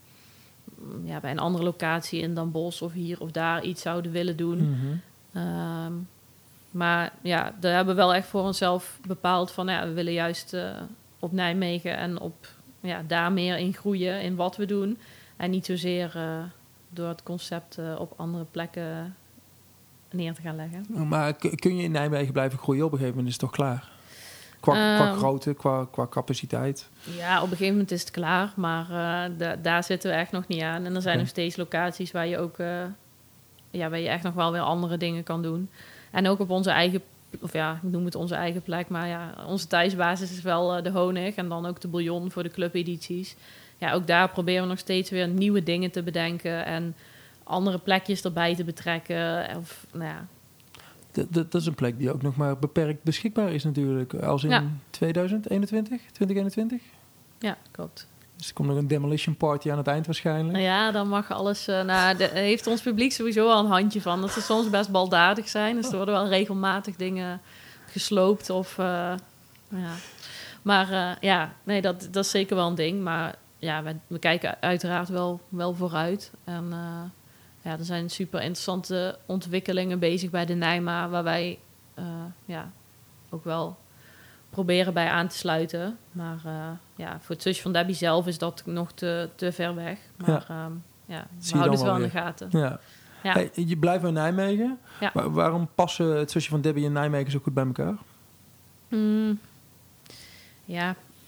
ja, bij een andere locatie in Den Bosch of hier of daar iets zouden willen doen. Mm-hmm. Um, maar ja, daar hebben we wel echt voor onszelf bepaald van ja, we willen juist uh, op Nijmegen en op ja, daar meer in groeien in wat we doen. En niet zozeer uh, door het concept uh, op andere plekken neer te gaan leggen. Maar kun je in Nijmegen blijven groeien? Op een gegeven moment is het toch klaar? Qua, qua um, grootte, qua, qua capaciteit? Ja, op een gegeven moment is het klaar. Maar uh, da- daar zitten we echt nog niet aan. En er zijn okay. nog steeds locaties waar je ook... Uh, ja, waar je echt nog wel weer andere dingen kan doen. En ook op onze eigen... Of ja, ik noem het onze eigen plek. Maar ja, onze thuisbasis is wel uh, de Honig. En dan ook de Bouillon voor de clubedities. Ja, ook daar proberen we nog steeds weer nieuwe dingen te bedenken. En andere plekjes erbij te betrekken. Of, nou ja... Dat, dat, dat is een plek die ook nog maar beperkt beschikbaar is natuurlijk. Als in ja. twintig eenentwintig, twintig eenentwintig? Ja, klopt. Dus er komt nog een demolition party aan het eind waarschijnlijk. Ja, dan mag alles... Uh, nou, de, heeft ons publiek sowieso al een handje van. Dat ze soms best baldadig zijn. Dus er worden wel regelmatig dingen gesloopt. Of, uh, ja. Maar uh, ja, nee, dat, dat is zeker wel een ding. Maar ja, we, we kijken uiteraard wel, wel vooruit. En... Uh, Ja, er zijn super interessante ontwikkelingen bezig bij de Nijma, waar wij uh, ja, ook wel proberen bij aan te sluiten. Maar uh, ja, voor het Zusje van Debbie zelf is dat nog te, te ver weg. Maar ja, um, ja we houden het wel in de gaten. Ja. Ja. Hey, je blijft in Nijmegen. Ja. Waar, waarom passen het Zusje van Debbie en Nijmegen zo goed bij elkaar? Mm, ja,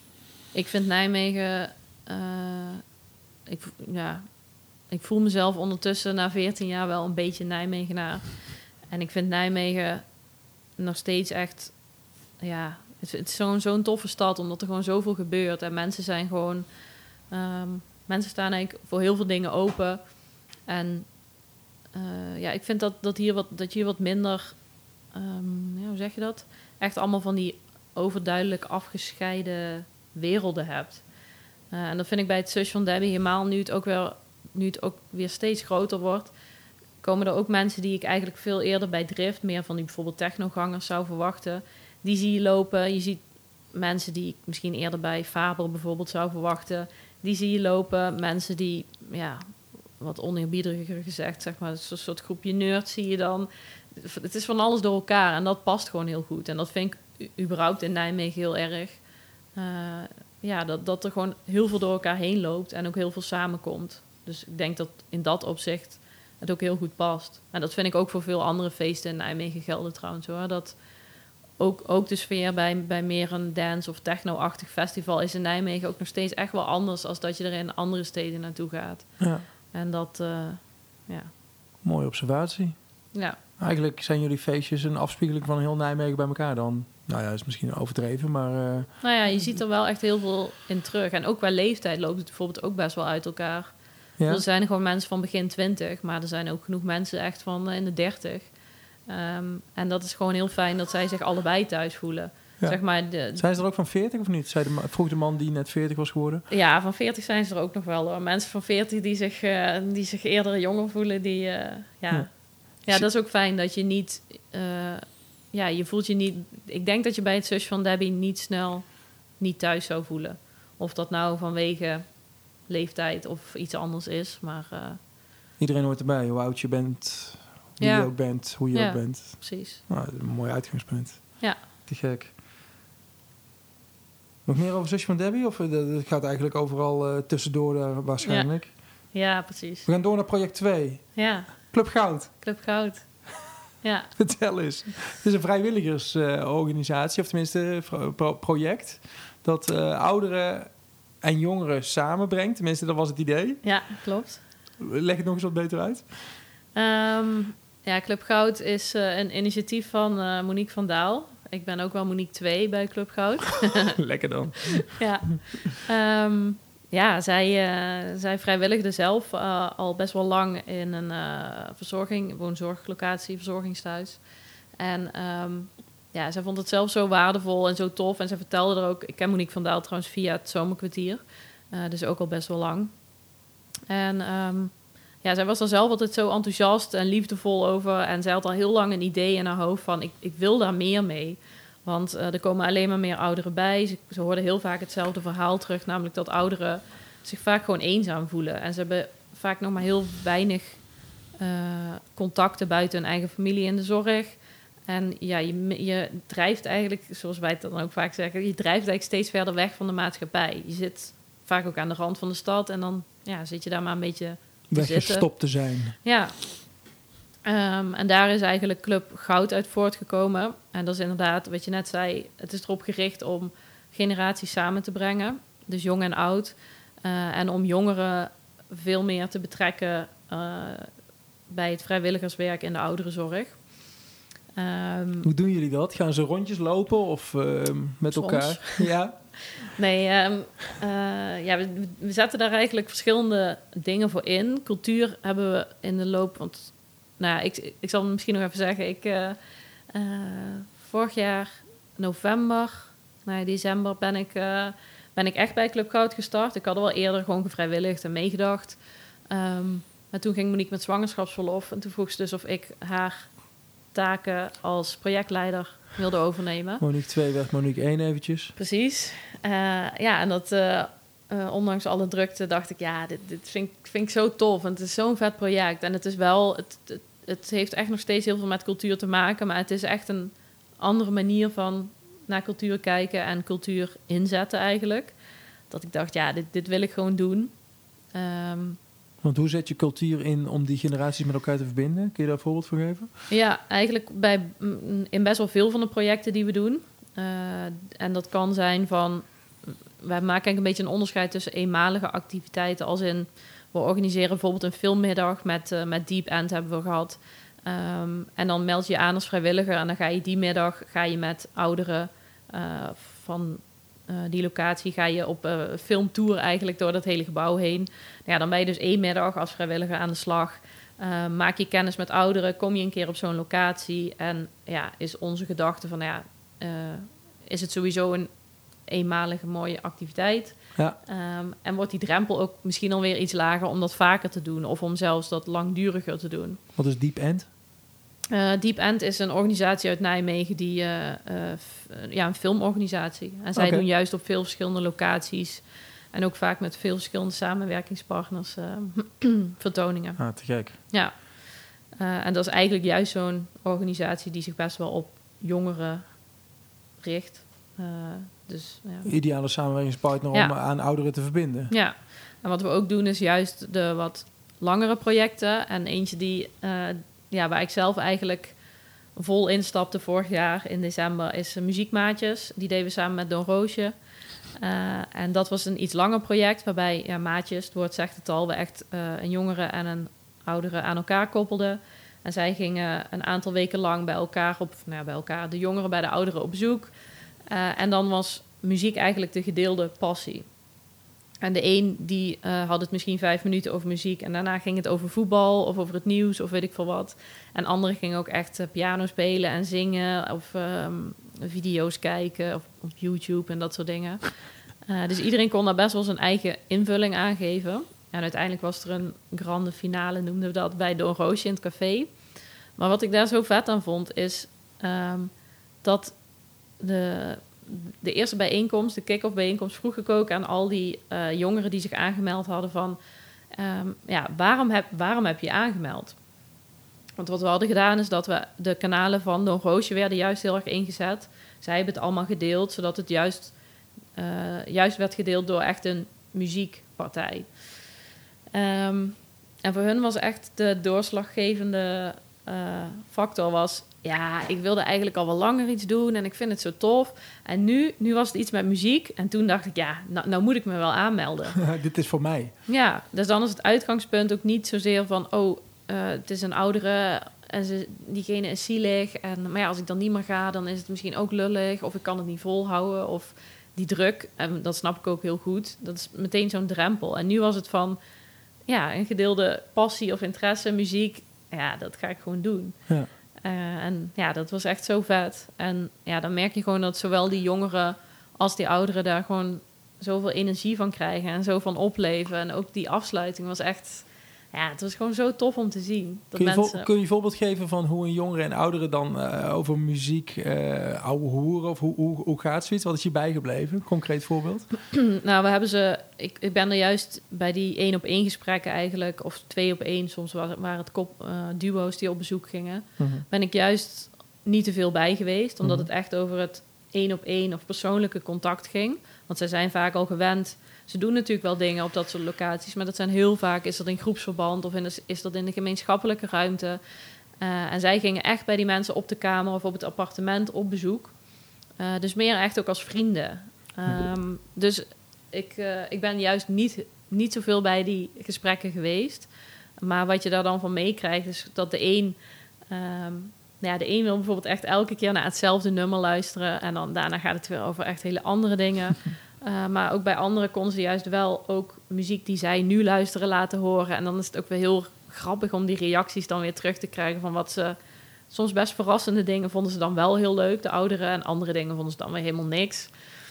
ik vind Nijmegen... Uh, ik, ja, ik voel mezelf ondertussen na veertien jaar wel een beetje Nijmegenaar. En ik vind Nijmegen nog steeds echt... Ja, het, het is zo'n, zo'n toffe stad, omdat er gewoon zoveel gebeurt. En mensen zijn gewoon... Um, mensen staan eigenlijk voor heel veel dingen open. En uh, ja, ik vind dat, dat, hier wat, dat je hier wat minder... Um, ja, hoe zeg je dat? Echt allemaal van die overduidelijk afgescheiden werelden hebt. Uh, en dat vind ik bij het Zusje van Debbie helemaal, nu het ook weer, nu het ook weer steeds groter wordt, komen er ook mensen die ik eigenlijk veel eerder bij Drift, meer van die bijvoorbeeld technogangers zou verwachten. Die zie je lopen. Je ziet mensen die ik misschien eerder bij Faber bijvoorbeeld zou verwachten. Die zie je lopen. Mensen die, ja, wat oneerbiediger gezegd, zeg maar, zo'n soort groepje nerds zie je dan. Het is van alles door elkaar en dat past gewoon heel goed. En dat vind ik überhaupt in Nijmegen heel erg. Uh, ja, dat, dat er gewoon heel veel door elkaar heen loopt en ook heel veel samenkomt. Dus ik denk dat in dat opzicht het ook heel goed past. En dat vind ik ook voor veel andere feesten in Nijmegen gelden trouwens, hoor. Dat ook, ook de sfeer bij, bij meer een dance- of techno-achtig festival is in Nijmegen ook nog steeds echt wel anders als dat je er in andere steden naartoe gaat. Ja. En dat, uh, ja. Mooie observatie. Ja. Eigenlijk zijn jullie feestjes een afspiegeling van heel Nijmegen bij elkaar dan. Nou ja, dat is misschien overdreven, maar... Uh... Nou ja, je ziet er wel echt heel veel in terug. En ook qua leeftijd loopt het bijvoorbeeld ook best wel uit elkaar. Ja? Er zijn gewoon mensen van begin twintig, maar er zijn ook genoeg mensen echt van uh, in de dertig. Um, en dat is gewoon heel fijn dat zij zich allebei thuis voelen. Ja. Zeg maar de, zijn ze er ook van veertig of niet? Zei de, vroeg de man die net veertig was geworden? Ja, van veertig zijn ze er ook nog wel, hoor. Mensen van veertig die zich, uh, die zich eerder jonger voelen, die... Uh, ja... ja. Ja, dat is ook fijn dat je niet... Uh, ja, je voelt je niet... Ik denk dat je bij het Zusje van Debbie niet snel niet thuis zou voelen. Of dat nou vanwege leeftijd of iets anders is, maar... Uh, Iedereen hoort erbij, hoe oud je bent, wie ja. je ook bent, hoe je ja, ook bent. Precies. Nou, een mooi uitgangspunt. Ja. Te gek. Nog meer over Zusje van Debbie? Of dat gaat eigenlijk overal uh, tussendoor daar waarschijnlijk? Ja. Ja, precies. We gaan door naar project twee. Ja. Club Goud. Club Goud. Ja. Vertel eens. Het is een vrijwilligersorganisatie, uh, of tenminste een pro- project, dat uh, ouderen en jongeren samenbrengt. Tenminste, dat was het idee. Ja, klopt. Leg het nog eens wat beter uit. Um, ja, Club Goud is uh, een initiatief van uh, Monique van Daal. Ik ben ook wel Monique twee bij Club Goud. Lekker dan. Ja. Um, Ja, zij, uh, zij vrijwilligde zelf uh, al best wel lang in een uh, verzorging, woonzorglocatie, verzorgingstehuis. En um, ja, zij vond het zelf zo waardevol en zo tof. En zij vertelde er ook, ik ken Monique van Daal trouwens via het Zomerkwartier. Uh, dus ook al best wel lang. En um, ja, zij was er zelf altijd zo enthousiast en liefdevol over. En zij had al heel lang een idee in haar hoofd van, ik, ik wil daar meer mee. Want uh, er komen alleen maar meer ouderen bij. Ze, ze hoorden heel vaak hetzelfde verhaal terug. Namelijk dat ouderen zich vaak gewoon eenzaam voelen. En ze hebben vaak nog maar heel weinig uh, contacten buiten hun eigen familie in de zorg. En ja, je, je drijft eigenlijk, zoals wij het dan ook vaak zeggen, je drijft eigenlijk steeds verder weg van de maatschappij. Je zit vaak ook aan de rand van de stad en dan ja, zit je daar maar een beetje te weggestopt te zijn. Ja. Um, en daar is eigenlijk Club Goud uit voortgekomen. En dat is inderdaad, wat je net zei, het is erop gericht om generaties samen te brengen. Dus jong en oud. Uh, en om jongeren veel meer te betrekken uh, bij het vrijwilligerswerk in de ouderenzorg. Um, Hoe doen jullie dat? Gaan ze rondjes lopen of uh, met soms. elkaar? Ja. Nee, um, uh, ja, we, we zetten daar eigenlijk verschillende dingen voor in. Cultuur hebben we in de loop... Want, nou ja, ik, ik zal misschien nog even zeggen. Ik, uh, uh, vorig jaar november, nee, december ben ik, uh, ben ik echt bij Club Goud gestart. Ik had al wel eerder gewoon gevrijwilligd en meegedacht. Um, maar toen ging Monique met zwangerschapsverlof. En toen vroeg ze dus of ik haar taken als projectleider wilde overnemen. Monique twee werd Monique één eventjes. Precies. Uh, ja, en dat... Uh, Uh, ondanks alle drukte dacht ik, ja, dit, dit vind, ik, vind ik zo tof. En het is zo'n vet project. En het is wel, het, het, het heeft echt nog steeds heel veel met cultuur te maken. Maar het is echt een andere manier van naar cultuur kijken en cultuur inzetten eigenlijk. Dat ik dacht, ja, dit, dit wil ik gewoon doen. Um, Want hoe zet je cultuur in om die generaties met elkaar te verbinden? Kun je daar een voorbeeld voor geven? Ja, eigenlijk bij, in best wel veel van de projecten die we doen. Uh, en dat kan zijn van... wij maken eigenlijk een beetje een onderscheid tussen eenmalige activiteiten, als in, we organiseren bijvoorbeeld een filmmiddag met, uh, met Deep End hebben we gehad. Um, en dan meld je je aan als vrijwilliger en dan ga je die middag ga je met ouderen uh, van uh, die locatie ga je op uh, filmtour eigenlijk door dat hele gebouw heen. Nou ja, dan ben je dus één middag als vrijwilliger aan de slag. Uh, maak je kennis met ouderen, kom je een keer op zo'n locatie en ja, is onze gedachte van ja, uh, is het sowieso een eenmalige mooie activiteit. Ja. Um, en wordt die drempel ook misschien alweer iets lager om dat vaker te doen of om zelfs dat langduriger te doen. Wat is Deep End? Uh, Deep End is een organisatie uit Nijmegen, die uh, uh, f- uh, ja, een filmorganisatie. En zij Okay. doen juist op veel verschillende locaties en ook vaak met veel verschillende samenwerkingspartners uh, vertoningen. Ah, te gek. Ja, uh, en dat is eigenlijk juist zo'n organisatie die zich best wel op jongeren richt. Uh, dus, ja. Ideale samenwerkingspartner Ja. om aan ouderen te verbinden. Ja, en wat we ook doen is juist de wat langere projecten. En eentje die, uh, ja, waar ik zelf eigenlijk vol instapte vorig jaar in december, is uh, Muziekmaatjes. Die deden we samen met Don Roosje. Uh, en dat was een iets langer project, waarbij ja, maatjes, het woord zegt het al, we echt uh, een jongere en een oudere aan elkaar koppelden. En zij gingen een aantal weken lang bij elkaar, op, nou ja, bij elkaar, de jongeren bij de ouderen op bezoek. Uh, en dan was muziek eigenlijk de gedeelde passie. En de een die uh, had het misschien vijf minuten over muziek en daarna ging het over voetbal of over het nieuws of weet ik veel wat. En anderen gingen ook echt uh, piano spelen en zingen of um, video's kijken of op YouTube en dat soort dingen. Uh, dus iedereen kon daar best wel zijn eigen invulling aan geven. En uiteindelijk was er een grande finale, noemden we dat, bij Don Roosje in het café. Maar wat ik daar zo vet aan vond is um, dat de... de eerste bijeenkomst, de kick-off bijeenkomst, vroeg ik ook aan al die uh, jongeren die zich aangemeld hadden van, um, ja, waarom heb, waarom heb je je aangemeld? Want wat we hadden gedaan is dat we de kanalen van Don Roosje werden juist heel erg ingezet. Zij hebben het allemaal gedeeld, zodat het juist, uh, juist werd gedeeld door echt een muziekpartij. Um, en voor hun was echt de doorslaggevende uh, factor was, ja, ik wilde eigenlijk al wel langer iets doen en ik vind het zo tof. En nu, nu was het iets met muziek. En toen dacht ik, ja, nou, nou moet ik me wel aanmelden. Dit is voor mij. Ja, dus dan is het uitgangspunt ook niet zozeer van, oh, uh, het is een oudere en ze, diegene is zielig. En, maar ja, als ik dan niet meer ga, dan is het misschien ook lullig. Of ik kan het niet volhouden. Of die druk, en dat snap ik ook heel goed. Dat is meteen zo'n drempel. En nu was het van, ja, een gedeelde passie of interesse, muziek. Ja, dat ga ik gewoon doen. Ja. Uh, en ja, dat was echt zo vet. En ja, dan merk je gewoon dat zowel die jongeren als die ouderen daar gewoon zoveel energie van krijgen en zo van opleven. En ook die afsluiting was echt, ja, het was gewoon zo tof om te zien. Dat Kun je, mensen... vo- kun je een voorbeeld geven van hoe een jongere en oudere dan uh, over muziek, uh, ouwe hoeren of hoe, hoe, hoe gaat zoiets? Wat is je bijgebleven? Een concreet voorbeeld? Nou, we hebben ze, ik, ik ben er juist bij die één op één gesprekken eigenlijk, of twee op één, soms waren, waren het kop, uh, duo's die op bezoek gingen, Mm-hmm. ben ik juist niet te veel bij geweest, omdat Mm-hmm. het echt over het één op één of persoonlijke contact ging. Want zij zijn vaak al gewend. Ze doen natuurlijk wel dingen op dat soort locaties, maar dat zijn heel vaak, is dat in groepsverband of in de, is dat in de gemeenschappelijke ruimte. Uh, en zij gingen echt bij die mensen op de kamer of op het appartement op bezoek. Uh, dus meer echt ook als vrienden. Um, dus ik, uh, ik ben juist niet, niet zoveel bij die gesprekken geweest. Maar wat je daar dan van meekrijgt, is dat de een... Um, ja, de een wil bijvoorbeeld echt elke keer naar hetzelfde nummer luisteren. En dan daarna gaat het weer over echt hele andere dingen. Uh, maar ook bij anderen konden ze juist wel ook muziek die zij nu luisteren laten horen. En dan is het ook weer heel grappig om die reacties dan weer terug te krijgen van wat ze... Soms best verrassende dingen vonden ze dan wel heel leuk, de ouderen. En andere dingen vonden ze dan weer helemaal niks.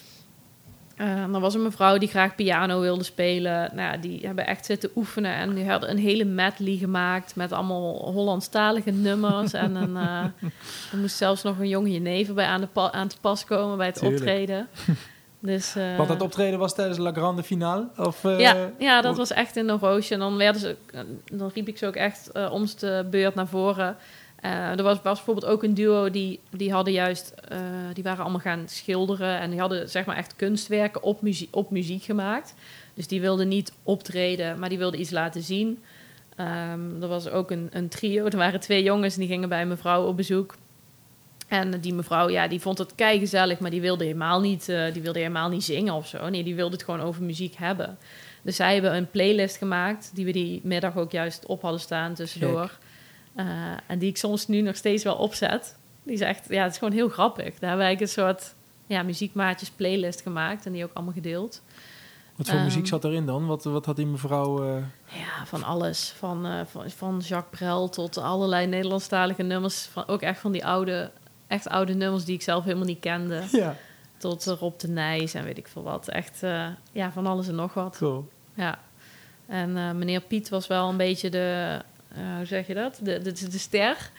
Uh, dan was er een mevrouw die graag piano wilde spelen. Nou, ja, die hebben echt zitten oefenen. En die hadden een hele medley gemaakt met allemaal Hollandstalige nummers. En een, uh, er moest zelfs nog een jonge jenever bij aan, de pa- aan te pas komen bij het Tuurlijk. Optreden. Dus, uh, Want dat optreden was tijdens La Grande Finale? Of, uh, ja, ja, dat was echt in de Roosje. En dan, werden ze, dan riep ik ze ook echt uh, om de beurt naar voren. Uh, er was, was bijvoorbeeld ook een duo die, die hadden juist, uh, die waren allemaal gaan schilderen en die hadden zeg maar echt kunstwerken op muziek, op muziek gemaakt. Dus die wilden niet optreden, maar die wilden iets laten zien. Um, er was ook een, een trio, er waren twee jongens die gingen bij een mevrouw op bezoek. En die mevrouw, ja, die vond het keigezellig, maar die wilde helemaal niet, uh, die wilde helemaal niet zingen of zo. Nee, die wilde het gewoon over muziek hebben. Dus zij hebben een playlist gemaakt, die we die middag ook juist op hadden staan tussendoor. Uh, en die ik soms nu nog steeds wel opzet. Die is echt, ja, het is gewoon heel grappig. Daar hebben wij een soort ja, muziekmaatjes playlist gemaakt en die ook allemaal gedeeld. Wat voor um, muziek zat erin dan? Wat, wat had die mevrouw... Uh... Ja, van alles. Van, uh, van, van Jacques Brel tot allerlei Nederlandstalige nummers. Van, ook echt van die oude, echt oude nummers die ik zelf helemaal niet kende. Ja. Tot uh, Rob de Nijs en weet ik veel wat. Echt, uh, ja, van alles en nog wat. Cool. Ja. En uh, meneer Piet was wel een beetje de... Uh, hoe zeg je dat? De, de, de ster.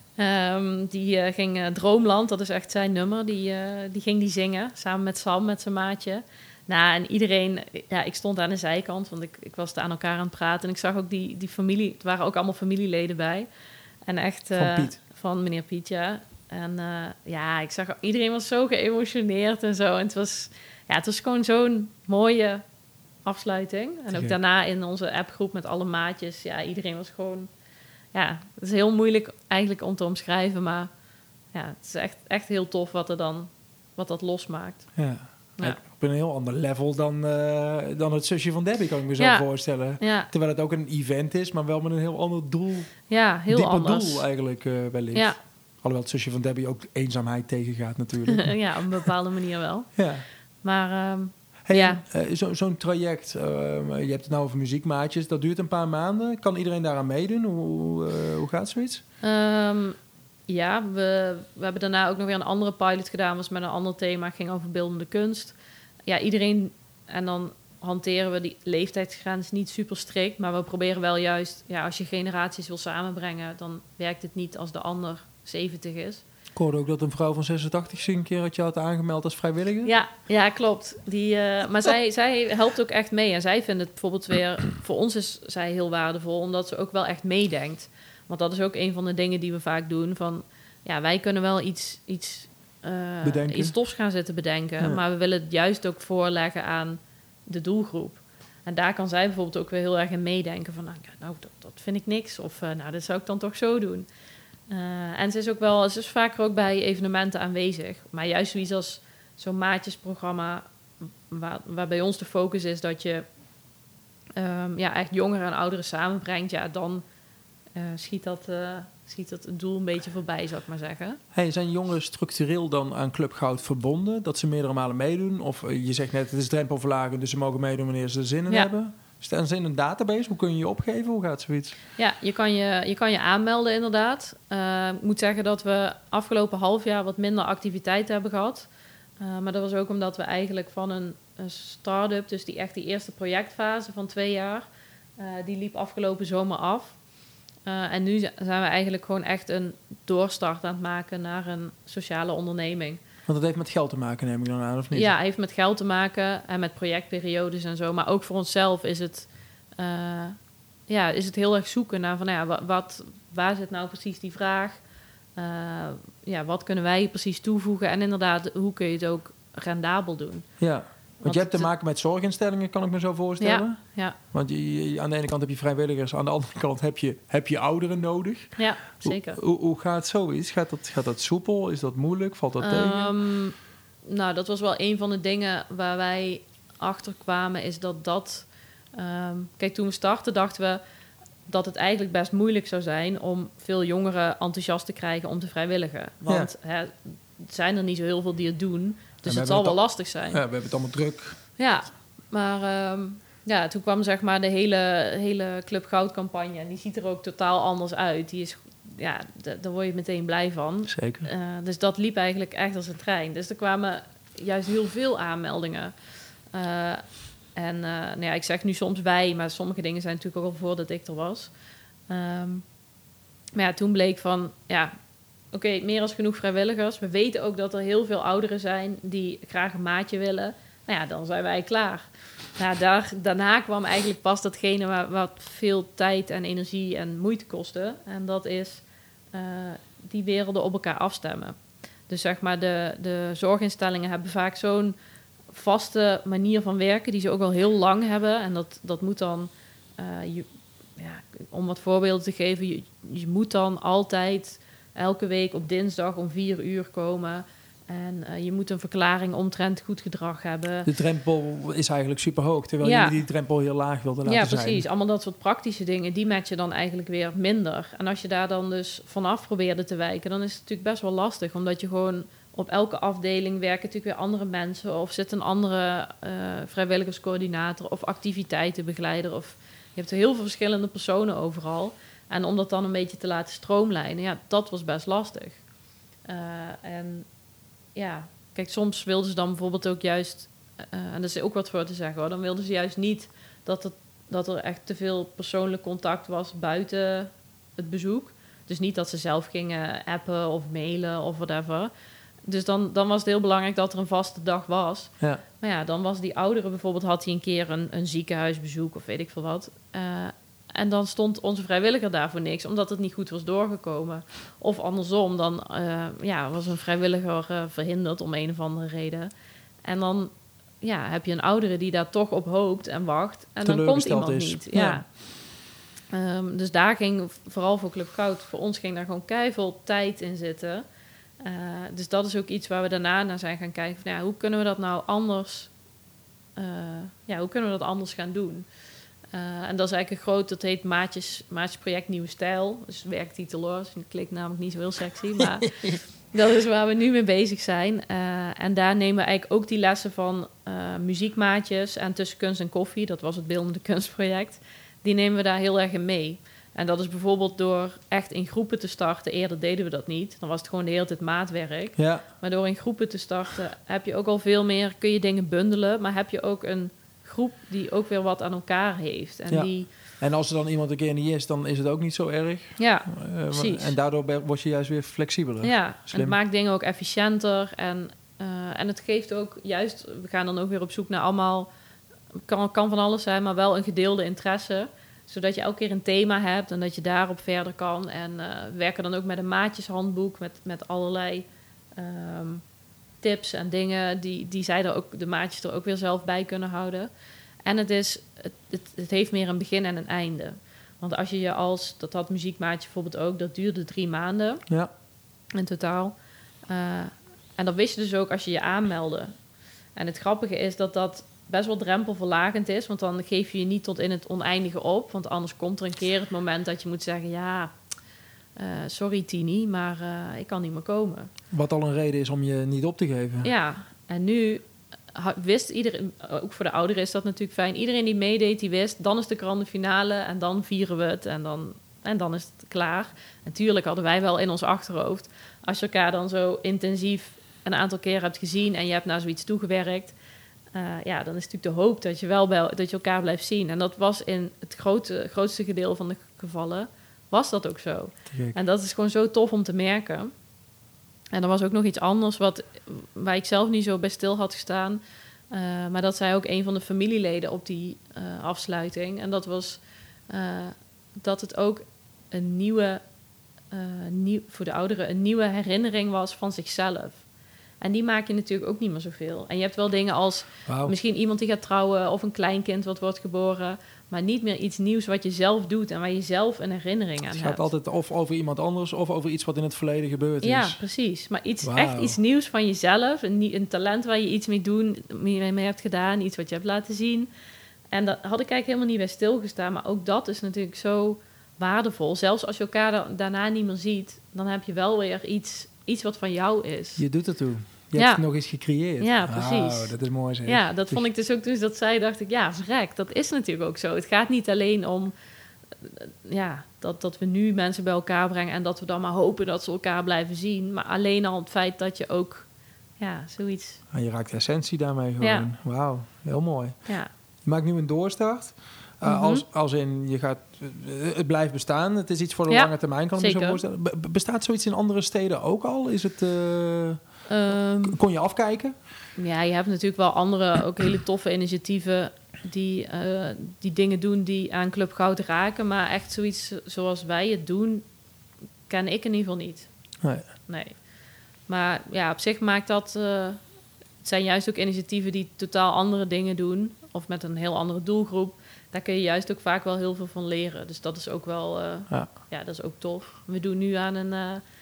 Um, die uh, ging uh, Droomland, dat is echt zijn nummer. Die, uh, die ging die zingen, samen met Sam, met zijn maatje. Nou, en iedereen... Ja, ik stond aan de zijkant, want ik, ik was daar aan elkaar aan het praten. En ik zag ook die, die familie... Het waren ook allemaal familieleden bij. En echt... Uh, van Piet? Van meneer Piet, ja. En uh, ja, ik zag... Iedereen was zo geëmotioneerd en zo. En het was... Ja, het was gewoon zo'n mooie afsluiting. En ook ja. daarna in onze appgroep met alle maatjes... Ja, iedereen was gewoon... Ja, het is heel moeilijk eigenlijk om te omschrijven, maar ja, het is echt, echt heel tof wat er dan, wat dat losmaakt. Ja, ja. Op een heel ander level dan, uh, dan het zusje van Debbie, kan ik me zo ja. voorstellen. Ja. Terwijl het ook een event is, maar wel met een heel ander doel. Ja, heel dieper anders. doel eigenlijk uh, wellicht. Ja. Alhoewel het zusje van Debbie ook eenzaamheid tegengaat natuurlijk. Ja, op een bepaalde manier wel. Ja. Maar... Um, Hey, ja. uh, zo, zo'n traject, uh, je hebt het nou over muziekmaatjes, dat duurt een paar maanden. Kan iedereen daaraan meedoen? Hoe, uh, hoe gaat zoiets? Um, ja, we, we hebben daarna ook nog weer een andere pilot gedaan, was met een ander thema, ging over beeldende kunst. Ja, iedereen, en dan hanteren we die leeftijdsgrens niet super strikt, maar we proberen wel juist, ja, als je generaties wil samenbrengen, dan werkt het niet als de ander zeventig is. Ik hoorde ook dat een vrouw van zesentachtig zich een keer had je had aangemeld als vrijwilliger. Ja, ja klopt. Die, uh, maar zij, zij helpt ook echt mee. En zij vindt het bijvoorbeeld weer... Voor ons is zij heel waardevol, omdat ze ook wel echt meedenkt. Want dat is ook een van de dingen die we vaak doen. Van, ja, wij kunnen wel iets, iets, uh, iets tofs gaan zitten bedenken. Ja. Maar we willen het juist ook voorleggen aan de doelgroep. En daar kan zij bijvoorbeeld ook weer heel erg in meedenken. Van, nou, nou dat, dat vind ik niks. Of, uh, nou, dat zou ik dan toch zo doen. Uh, en ze is ook wel, ze is vaker ook bij evenementen aanwezig. Maar juist zoiets als zo'n maatjesprogramma, waar, waar bij ons de focus is dat je um, ja, echt jongeren en ouderen samenbrengt, ja, dan uh, schiet, dat, uh, schiet dat het doel een beetje voorbij, zou ik maar zeggen. Hey, zijn jongeren structureel dan aan Club Goud verbonden? Dat ze meerdere malen meedoen? Of uh, je zegt net, het is drempelverlagend, dus ze mogen meedoen wanneer ze er zin in ja. hebben? Staan ze in een database? Hoe kun je je opgeven? Hoe gaat zoiets? Ja, je kan je, je, kan je aanmelden inderdaad. Uh, ik moet zeggen dat we afgelopen half jaar wat minder activiteit hebben gehad. Uh, maar dat was ook omdat we eigenlijk van een, een start-up... dus die echt die eerste projectfase van twee jaar... Uh, die liep afgelopen zomer af. Uh, en nu zijn we eigenlijk gewoon echt een doorstart aan het maken... naar een sociale onderneming. Want dat heeft met geld te maken, neem ik dan aan, of niet? Ja, heeft met geld te maken en met projectperiodes en zo. Maar ook voor onszelf is het, uh, ja, is het heel erg zoeken naar van, ja, wat, wat, waar zit nou precies die vraag? Uh, ja, wat kunnen wij precies toevoegen? En inderdaad, hoe kun je het ook rendabel doen? Ja, want, want je hebt te maken met zorginstellingen, kan ik me zo voorstellen. Ja, ja. Want je, je, aan de ene kant heb je vrijwilligers, aan de andere kant heb je, heb je ouderen nodig. Ja, zeker. Hoe, hoe, hoe gaat zoiets? Gaat dat, gaat dat soepel? Is dat moeilijk? Valt dat um, tegen? Nou, dat was wel een van de dingen waar wij achter kwamen, is dat dat... Um, kijk, toen we startten dachten we dat het eigenlijk best moeilijk zou zijn om veel jongeren enthousiast te krijgen om te vrijwilligen. Want ja. hè, er zijn er niet zo heel veel die het doen, dus het zal wel al, lastig zijn. Ja, we hebben het allemaal druk. Ja, maar um, ja, toen kwam zeg maar de hele, hele Club Goud campagne en die ziet er ook totaal anders uit. Die is, ja, d- daar word je meteen blij van. Zeker. Uh, dus dat liep eigenlijk echt als een trein. Dus er kwamen juist heel veel aanmeldingen. Uh, en uh, nou ja, ik zeg nu soms wij, maar sommige dingen zijn natuurlijk ook al voordat ik er was. Um, maar ja, toen bleek van, ja, oké, okay, meer dan genoeg vrijwilligers. We weten ook dat er heel veel ouderen zijn die graag een maatje willen. Nou ja, dan zijn wij klaar. Nou, daar, daarna kwam eigenlijk pas datgene waar, wat veel tijd en energie en moeite kostte. En dat is uh, die werelden op elkaar afstemmen. Dus zeg maar, de, de zorginstellingen hebben vaak zo'n vaste manier van werken die ze ook al heel lang hebben. En dat, dat moet dan, uh, je, ja, om wat voorbeelden te geven, je, je moet dan altijd elke week op dinsdag om vier uur komen. En uh, je moet een verklaring omtrent goed gedrag hebben. De drempel is eigenlijk super hoog, terwijl ja. je die drempel heel laag wilde laten zijn. Ja, precies. Zijn. Allemaal dat soort praktische dingen, die match je dan eigenlijk weer minder. En als je daar dan dus vanaf probeerde te wijken, dan is het natuurlijk best wel lastig. Omdat je gewoon op elke afdeling werken natuurlijk weer andere mensen. Of zit een andere uh, vrijwilligerscoördinator of activiteitenbegeleider. Of je hebt er heel veel verschillende personen overal. En om dat dan een beetje te laten stroomlijnen, ja, dat was best lastig. Uh, en ja, kijk, soms wilden ze dan bijvoorbeeld ook juist... Uh, en daar is ook wat voor te zeggen hoor. Dan wilden ze juist niet dat, het, dat er echt te veel persoonlijk contact was buiten het bezoek. Dus niet dat ze zelf gingen appen of mailen of whatever. Dus dan, dan was het heel belangrijk dat er een vaste dag was. Ja. Maar ja, dan was die oudere bijvoorbeeld... had hij een keer een, een ziekenhuisbezoek of weet ik veel wat... Uh, En dan stond onze vrijwilliger daar voor niks, omdat het niet goed was doorgekomen. Of andersom, dan uh, ja, was een vrijwilliger uh, verhinderd om een of andere reden. En dan ja, heb je een oudere die daar toch op hoopt en wacht. En dan komt iemand is. niet. Ja. Ja. Um, dus daar ging, vooral voor Club Goud, voor ons ging daar gewoon keiveel tijd in zitten. Uh, dus dat is ook iets waar we daarna naar zijn gaan kijken. Van, ja, hoe kunnen we dat nou anders... Uh, ja, hoe kunnen we dat anders gaan doen? Uh, en dat is eigenlijk een groot, dat heet Maatjes, Maatjes Project Nieuwe Stijl. Dus werktitel hoor, dus dat klinkt namelijk niet zo heel sexy. Maar dat is waar we nu mee bezig zijn. Uh, en daar nemen we eigenlijk ook die lessen van uh, muziekmaatjes en tussen kunst en koffie. Dat was het beeldende kunstproject. Die nemen we daar heel erg in mee. En dat is bijvoorbeeld door echt in groepen te starten. Eerder deden we dat niet. Dan was het gewoon de hele tijd maatwerk. Ja. Maar door in groepen te starten heb je ook al veel meer, kun je dingen bundelen. Maar heb je ook een groep die ook weer wat aan elkaar heeft. En, ja. die... en als er dan iemand een keer niet is, dan is het ook niet zo erg. Ja, uh, precies. En daardoor word je juist weer flexibeler. Ja, en het maakt dingen ook efficiënter. En, uh, en het geeft ook juist... We gaan dan ook weer op zoek naar allemaal... Kan, kan van alles zijn, maar wel een gedeelde interesse. Zodat je elke keer een thema hebt en dat je daarop verder kan. En uh, we werken dan ook met een maatjeshandboek met, met allerlei... Um, tips en dingen die, die zij er ook, de maatjes er ook weer zelf bij kunnen houden. En het is, het, het, het heeft meer een begin en een einde. Want als je je als, dat had muziekmaatje bijvoorbeeld ook, dat duurde drie maanden ja. in totaal. Uh, en dat wist je dus ook als je je aanmeldde. En het grappige is dat dat best wel drempelverlagend is, want dan geef je je niet tot in het oneindige op, want anders komt er een keer het moment dat je moet zeggen, ja, uh, sorry Tini, maar uh, ik kan niet meer komen. Wat al een reden is om je niet op te geven. Ja, en nu wist iedereen, ook voor de ouderen is dat natuurlijk fijn, iedereen die meedeed, die wist, dan is de grande finale en dan vieren we het en dan, en dan is het klaar. En tuurlijk hadden wij wel in ons achterhoofd, als je elkaar dan zo intensief een aantal keer hebt gezien en je hebt naar zoiets toegewerkt, uh, ja, dan is het natuurlijk de hoop dat je wel bij, dat je elkaar blijft zien. En dat was in het grote, grootste gedeelte van de gevallen, was dat ook zo. En dat is gewoon zo tof om te merken. En er was ook nog iets anders wat, waar ik zelf niet zo bij stil had gestaan. Uh, maar dat zei ook een van de familieleden op die uh, afsluiting. En dat was uh, dat het ook een nieuwe, uh, nieuw, voor de ouderen, een nieuwe herinnering was van zichzelf. En die maak je natuurlijk ook niet meer zoveel. En je hebt wel dingen als wow. misschien iemand die gaat trouwen of een kleinkind wat wordt geboren, maar niet meer iets nieuws wat je zelf doet en waar je zelf een herinnering aan hebt. Het gaat altijd of over iemand anders of over iets wat in het verleden gebeurd is. Ja, precies. Maar iets, wow. echt iets nieuws van jezelf, een, een talent waar je iets mee, doen, mee, mee hebt gedaan, iets wat je hebt laten zien. En daar had ik eigenlijk helemaal niet bij stilgestaan, maar ook dat is natuurlijk zo waardevol. Zelfs als je elkaar da- daarna niet meer ziet, dan heb je wel weer iets, iets wat van jou is. Je doet het toe. Je ja. hebt het nog eens gecreëerd. Ja, precies. Wow, dat is mooi zeg. Ja, dat vond ik dus ook toen ze dat zei, dacht ik, ja, verrek, dat is natuurlijk ook zo. Het gaat niet alleen om ja, dat, dat we nu mensen bij elkaar brengen en dat we dan maar hopen dat ze elkaar blijven zien. Maar alleen al het feit dat je ook, ja, zoiets... En je raakt de essentie daarmee gewoon. Ja. Wauw, heel mooi. Ja. Je maakt nu een doorstart. Uh, mm-hmm. als, als in, je gaat, uh, het blijft bestaan. Het is iets voor de ja, lange termijn, kan ik me zo voorstellen. Be- bestaat zoiets in andere steden ook al? Is het, uh, um, kon je afkijken? Ja, je hebt natuurlijk wel andere, ook hele toffe initiatieven die, uh, die dingen doen die aan Club Goud raken. Maar echt zoiets zoals wij het doen, ken ik in ieder geval niet. Nee. Nee. Maar ja, op zich maakt dat... Uh, het zijn juist ook initiatieven die totaal andere dingen doen. Of met een heel andere doelgroep. Daar kun je juist ook vaak wel heel veel van leren. Dus dat is ook wel... Uh, ja. ja, dat is ook tof. We doen nu aan een... Uh,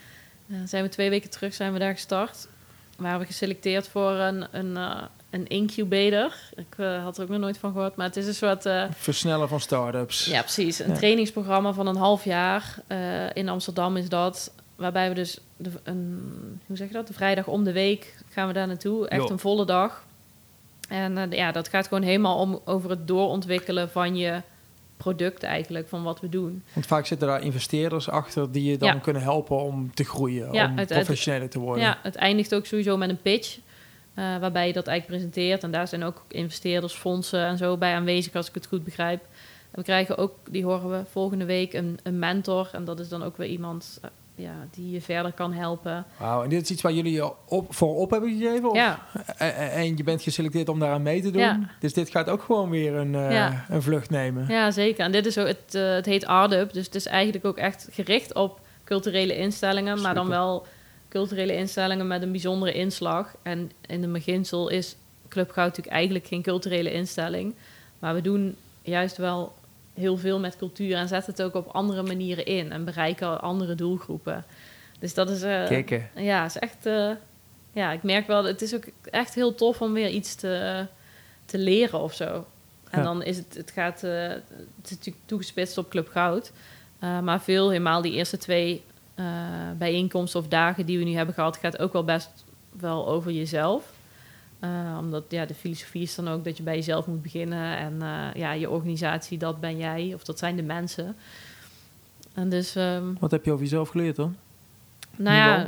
Uh, zijn we twee weken terug zijn we daar gestart. Waren we geselecteerd voor een, een, uh, een incubator. Ik uh, had er ook nog nooit van gehoord, maar het is een soort... Uh, Versnellen van start-ups. Ja, precies. Een ja. trainingsprogramma van een half jaar. Uh, in Amsterdam is dat. Waarbij we dus, de, een, hoe zeg je dat? De vrijdag om de week gaan we daar naartoe. Echt jo. een volle dag. En uh, ja, dat gaat gewoon helemaal om over het doorontwikkelen van je product eigenlijk, van wat we doen. Want vaak zitten daar investeerders achter die je dan ja. kunnen helpen om te groeien, ja, om het, professioneler te worden. Ja, het eindigt ook sowieso met een pitch, uh, waarbij je dat eigenlijk presenteert. En daar zijn ook investeerders, fondsen en zo bij aanwezig, als ik het goed begrijp. En we krijgen ook, die horen we volgende week, een, een mentor. En dat is dan ook weer iemand... Uh, Ja, die je verder kan helpen. Wauw, en dit is iets waar jullie je op, voor op hebben gegeven? Of? Ja. En, en je bent geselecteerd om daaraan mee te doen? Ja. Dus dit gaat ook gewoon weer een, uh, ja. een vlucht nemen? Ja, zeker. En dit is ook, het, uh, het heet ArtUp, dus het is eigenlijk ook echt gericht op culturele instellingen, Super. maar dan wel culturele instellingen met een bijzondere inslag. En in de beginsel is Club Goud natuurlijk eigenlijk geen culturele instelling, maar we doen juist wel heel veel met cultuur en zetten het ook op andere manieren in en bereiken andere doelgroepen. Dus dat is... Uh, Kikken. Ja, is echt... Uh, ja, ik merk wel, het is ook echt heel tof om weer iets te, te leren of zo. En ja. dan is het... Het gaat... Uh, het is natuurlijk toegespitst op Club Goud. Uh, maar veel, helemaal die eerste twee uh, bijeenkomsten of dagen die we nu hebben gehad, gaat ook wel best wel over jezelf. Uh, omdat ja, de filosofie is dan ook dat je bij jezelf moet beginnen. En uh, ja, je organisatie, dat ben jij. Of dat zijn de mensen. En dus... Um, Wat heb je over jezelf geleerd dan? Nou ja,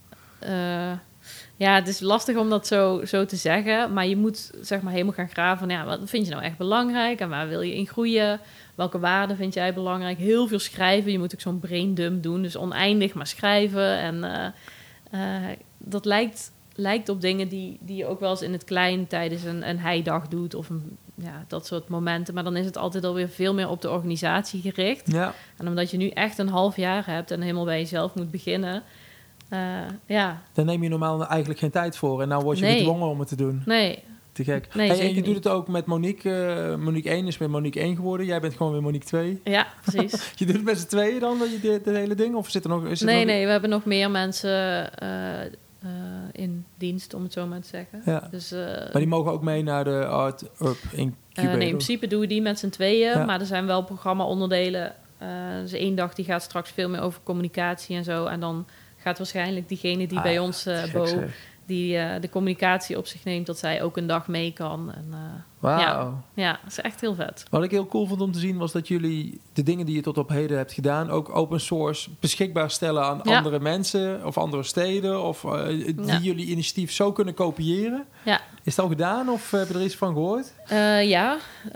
uh, ja, het is lastig om dat zo, zo te zeggen. Maar je moet zeg maar helemaal gaan graven van... Ja, wat vind je nou echt belangrijk? En waar wil je in groeien? Welke waarden vind jij belangrijk? Heel veel schrijven. Je moet ook zo'n braindump doen. Dus oneindig maar schrijven. En uh, uh, dat lijkt... lijkt op dingen die, die je ook wel eens in het klein tijdens een, een heidag doet of een, ja, dat soort momenten. Maar dan is het altijd alweer veel meer op de organisatie gericht. Ja. En omdat je nu echt een half jaar hebt en helemaal bij jezelf moet beginnen, uh, ja. Dan neem je normaal eigenlijk geen tijd voor en nou word je nee. gedwongen om het te doen. Nee. Te gek. Nee, hey, en je niet. doet het ook met Monique. Uh, Monique één is met Monique één geworden. Jij bent gewoon weer Monique twee. Ja, precies. Je doet het met z'n tweeën dan, dat je dit, dit hele ding? Of zit er nog... Is er nee, nog... nee, we hebben nog meer mensen... Uh, Uh, in dienst, om het zo maar te zeggen. Ja. Dus, uh, maar die mogen ook mee naar de ArtUp Incubator? Uh, nee, in principe doen we die met z'n tweeën. Ja. Maar er zijn wel programma-onderdelen. Uh, dus één dag die gaat straks veel meer over communicatie en zo. En dan gaat waarschijnlijk diegene die ah, bij ons, uh, Bo, die uh, de communicatie op zich neemt, dat zij ook een dag mee kan. En, uh, Wauw. Ja, ja, dat is echt heel vet. Wat ik heel cool vond om te zien was dat jullie de dingen die je tot op heden hebt gedaan ook open source beschikbaar stellen aan ja. andere mensen of andere steden of uh, die ja. jullie initiatief zo kunnen kopiëren. Ja. Is dat al gedaan of heb je er iets van gehoord? Uh, ja, uh,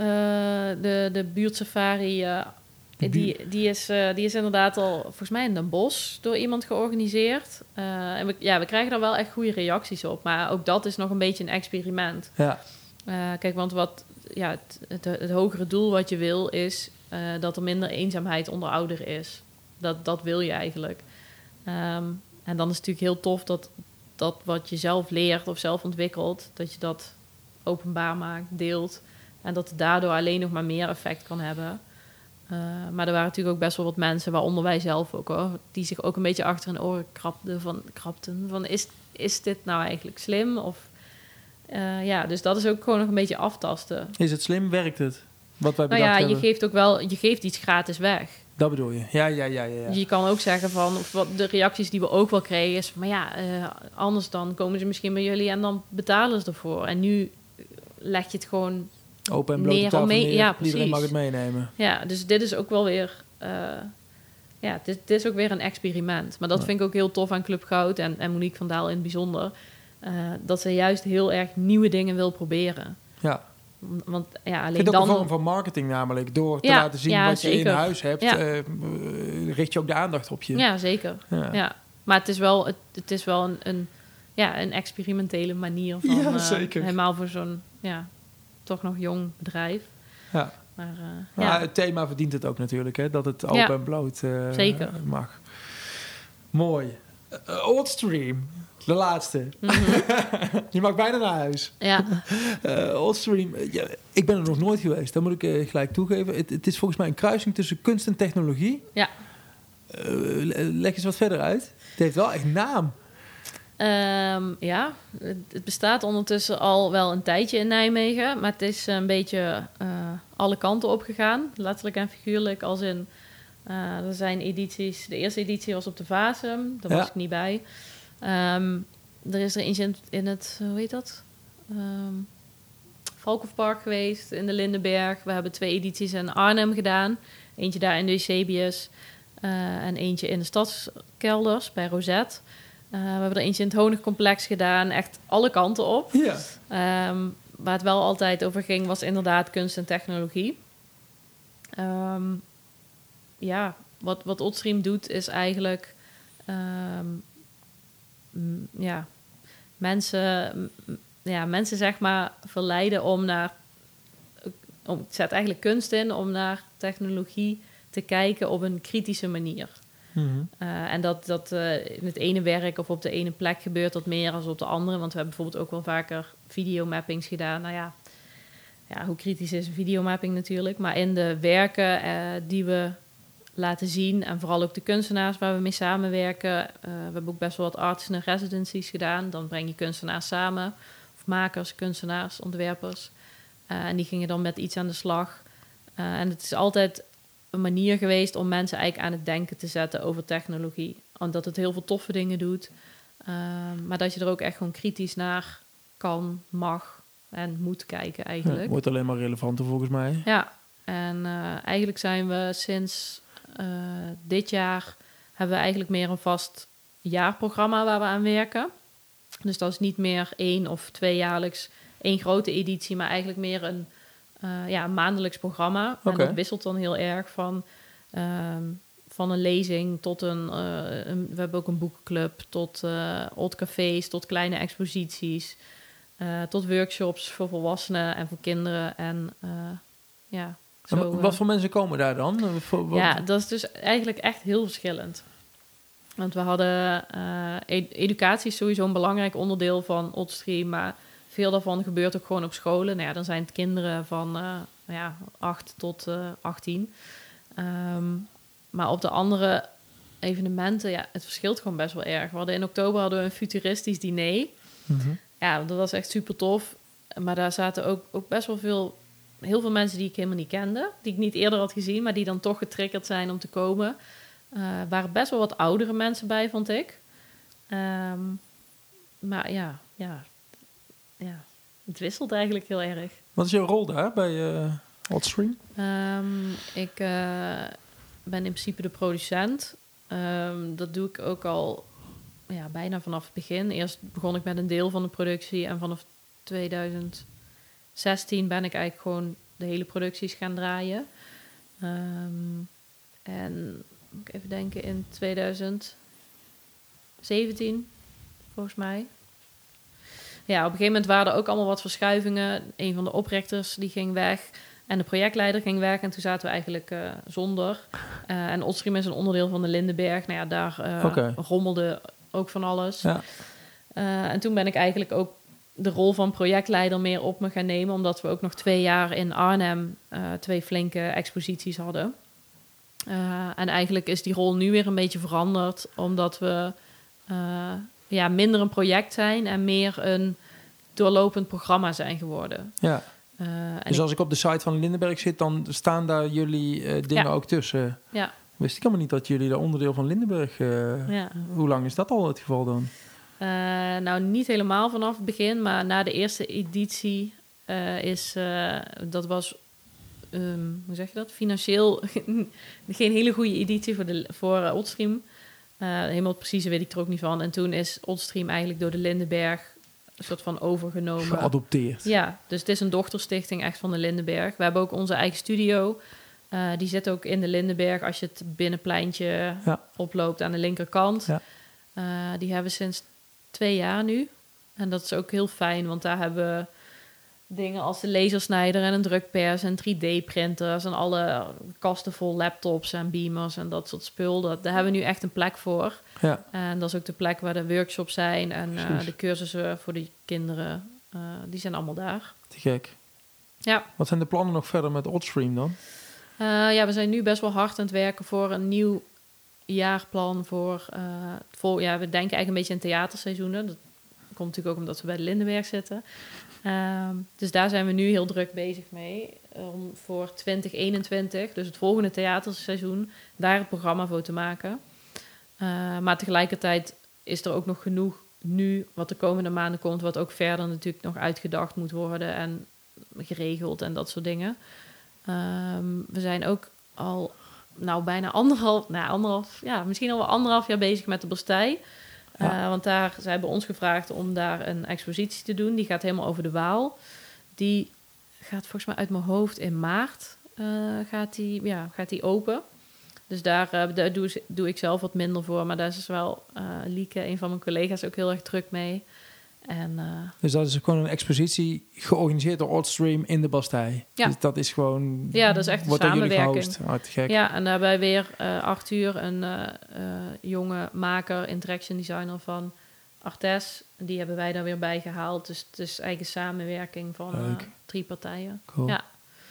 de, de buurtsafari uh, die, die, is, uh, die is inderdaad al volgens mij in Den Bosch door iemand georganiseerd. Uh, en we, ja, we krijgen daar wel echt goede reacties op, maar ook dat is nog een beetje een experiment. Ja. Uh, kijk, want wat, ja, het, het, het hogere doel wat je wil is uh, dat er minder eenzaamheid onder ouderen is. Dat, dat wil je eigenlijk. Um, en dan is het natuurlijk heel tof dat, dat wat je zelf leert of zelf ontwikkelt, dat je dat openbaar maakt, deelt. En dat het daardoor alleen nog maar meer effect kan hebben. Uh, maar er waren natuurlijk ook best wel wat mensen, waaronder wij zelf ook hoor, die zich ook een beetje achter hun oren krabden van, krabden van is, is dit nou eigenlijk slim? Of Uh, ja, dus dat is ook gewoon nog een beetje aftasten. Is het slim? Werkt het? Wat wij nou bedacht ja, hebben? je geeft ook wel, je geeft iets gratis weg. Dat bedoel je? Ja, ja, ja, ja. ja. Je kan ook zeggen van, of wat de reacties die we ook wel kregen is, maar ja, uh, anders dan komen ze misschien bij jullie en dan betalen ze ervoor. En nu leg je het gewoon open en blote neer tafel mee. neer. Ja, precies. Iedereen mag het meenemen. Ja, dus dit is ook wel weer, uh, ja, dit, dit is ook weer een experiment. Maar dat ja. vind ik ook heel tof aan Club Goud en, en Monique van Daal in het bijzonder. Uh, dat ze juist heel erg nieuwe dingen wil proberen. Ja. Want ja, alleen het is ook dan... een vorm van marketing namelijk. Door te ja, laten zien ja, wat zeker. je in huis hebt, ja. uh, richt je ook de aandacht op je. Ja, zeker. Ja. Ja. Maar het is wel, het, het is wel een, een, ja, een experimentele manier van... Ja, uh, zeker. Helemaal voor zo'n, ja, toch nog jong bedrijf. Ja. Maar, uh, maar ja. het thema verdient het ook natuurlijk, hè? Dat het open ja. en bloot uh, zeker. mag. Mooi. Uh, Oldstream. De laatste. Mm-hmm. Je mag bijna naar huis. Ja. Uh, Oldstream. Ja, ik ben er nog nooit geweest. Dat moet ik uh, gelijk toegeven. Het, het is volgens mij een kruising tussen kunst en technologie. Ja. Uh, leg eens wat verder uit. heeft wel echt naam. Um, ja, het, het bestaat ondertussen al wel een tijdje in Nijmegen. Maar het is een beetje uh, alle kanten opgegaan. Letterlijk en figuurlijk als in... Uh, er zijn edities... De eerste editie was op de Vasum. Daar was Ja. ik niet bij. Um, er is er eentje in, in het... Hoe heet dat? Um, Valkhoffpark geweest, in de Lindenberg. We hebben twee edities in Arnhem gedaan. Eentje daar in de Eusebius. Uh, en eentje in de Stadskelders bij Rosette. Uh, we hebben er eentje in het Honigcomplex gedaan. Echt alle kanten op. Ja. Um, waar het wel altijd over ging, was inderdaad kunst en technologie. Um, ja, wat, wat Oddstream doet, is eigenlijk... Um, m, ja, mensen... M, ja, mensen zeg maar verleiden om naar... Om, het zet eigenlijk kunst in om naar technologie te kijken op een kritische manier. Mm-hmm. Uh, en dat, dat uh, in het ene werk of op de ene plek gebeurt dat meer dan op de andere. Want we hebben bijvoorbeeld ook wel vaker videomappings gedaan. Nou ja, ja hoe kritisch is een videomapping natuurlijk. Maar in de werken uh, die we laten zien... en vooral ook de kunstenaars waar we mee samenwerken... Uh, we hebben ook best wel wat artists en residencies gedaan. Dan breng je kunstenaars samen... of makers, kunstenaars, ontwerpers. Uh, en die gingen dan met iets aan de slag. Uh, en het is altijd een manier geweest om mensen eigenlijk aan het denken te zetten over technologie. Omdat het heel veel toffe dingen doet. Uh, maar dat je er ook echt gewoon kritisch naar kan, mag en moet kijken eigenlijk. Ja, wordt alleen maar relevanter volgens mij. Ja, en uh, eigenlijk zijn we sinds uh, dit jaar... hebben we eigenlijk meer een vast jaarprogramma waar we aan werken. Dus dat is niet meer één of tweejaarlijks één grote editie... maar eigenlijk meer een uh, ja, maandelijks programma. Okay. En dat wisselt dan heel erg van, uh, van een lezing tot een, uh, een... We hebben ook een boekenclub, tot uh, old cafés, tot kleine exposities... Uh, tot workshops voor volwassenen en voor kinderen. En uh, ja, zo, en wat voor mensen komen daar dan? Voor, wat... Ja, dat is dus eigenlijk echt heel verschillend. Want we hadden... Uh, ed- educatie is sowieso een belangrijk onderdeel van Oddstream... maar veel daarvan gebeurt ook gewoon op scholen. Nou ja, dan zijn het kinderen van uh, ja, acht tot uh, achttien. Um, maar op de andere evenementen... ja, het verschilt gewoon best wel erg. We hadden in oktober hadden we een futuristisch diner... Mm-hmm. Ja, dat was echt super tof. Maar daar zaten ook, ook best wel veel... heel veel mensen die ik helemaal niet kende. Die ik niet eerder had gezien, maar die dan toch getriggerd zijn om te komen. Er uh, waren best wel wat oudere mensen bij, vond ik. Um, maar ja, ja, ja, het wisselt eigenlijk heel erg. Wat is jouw rol daar bij uh, Oddstream? Um, ik uh, ben in principe de producent. Um, dat doe ik ook al... Ja, bijna vanaf het begin. Eerst begon ik met een deel van de productie... en vanaf twintig zestien ben ik eigenlijk gewoon de hele producties gaan draaien. Um, en moet ik even denken, in twintig zeventien, volgens mij. Ja, op een gegeven moment waren er ook allemaal wat verschuivingen. Een van de oprichters die ging weg... en de projectleider ging weg... en toen zaten we eigenlijk uh, zonder. Uh, en Oddstream is een onderdeel van de Lindenberg. Nou ja, daar uh, okay. rommelde... ook van alles. Ja. Uh, en toen ben ik eigenlijk ook de rol van projectleider meer op me gaan nemen... omdat we ook nog twee jaar in Arnhem uh, twee flinke exposities hadden. Uh, en eigenlijk is die rol nu weer een beetje veranderd... omdat we uh, ja, minder een project zijn... en meer een doorlopend programma zijn geworden. Ja. Uh, dus ik... als ik op de site van Lindenberg zit... dan staan daar jullie uh, dingen ja. ook tussen... Ja. Wist ik helemaal niet dat jullie daar onderdeel van Lindenberg... Uh, ja. Hoe lang is dat al het geval dan? Uh, nou, niet helemaal vanaf het begin... maar na de eerste editie uh, is... Uh, dat was... Um, hoe zeg je dat? Financieel geen hele goede editie voor, de, voor uh, Oddstream. Uh, helemaal het precieze weet ik er ook niet van. En toen is Oddstream eigenlijk door de Lindenberg... een soort van overgenomen. Geadopteerd. Ja, dus het is een dochterstichting echt van de Lindenberg. We hebben ook onze eigen studio... Uh, die zit ook in de Lindenberg als je het binnenpleintje ja. oploopt aan de linkerkant. Ja. Uh, die hebben we sinds twee jaar nu. En dat is ook heel fijn, want daar hebben we dingen als de lasersnijder en een drukpers en drie D-printers en alle kasten vol laptops en beamers en dat soort spul. Dat, daar hebben we nu echt een plek voor. Ja. En dat is ook de plek waar de workshops zijn en uh, de cursussen voor de kinderen. Uh, die zijn allemaal daar. Te gek. Ja. Wat zijn de plannen nog verder met Oddstream dan? Uh, ja, we zijn nu best wel hard aan het werken voor een nieuw jaarplan voor... Uh, vol, ja, we denken eigenlijk een beetje in theaterseizoenen. Dat komt natuurlijk ook omdat we bij de Lindenberg zitten. Um, dus daar zijn we nu heel druk bezig mee. Om voor twintig eenentwintig, dus het volgende theaterseizoen, daar het programma voor te maken. Uh, maar tegelijkertijd is er ook nog genoeg nu wat de komende maanden komt, wat ook verder natuurlijk nog uitgedacht moet worden en geregeld en dat soort dingen. Um, we zijn ook al nou bijna anderhalf, nou anderhalf, ja, misschien al wel anderhalf jaar bezig met de Bastei. Ja. Uh, want daar, zij hebben ons gevraagd om daar een expositie te doen. Die gaat helemaal over de Waal. Die gaat volgens mij uit mijn hoofd in maart uh, gaat die, ja, gaat die open. Dus daar, uh, daar doe, doe ik zelf wat minder voor. Maar daar is wel uh, Lieke, een van mijn collega's, ook heel erg druk mee. En, uh, dus dat is gewoon een expositie georganiseerd door Oddstream in de Bastei. Ja. Dus dat is gewoon... Ja, dat is echt een samenwerking. Oh, gek. Ja, en daarbij uh, weer uh, Arthur, een uh, uh, jonge maker, interaction designer van Artes. Die hebben wij daar weer bij gehaald. Dus het is eigenlijk een samenwerking van uh, drie partijen. Cool. Ja.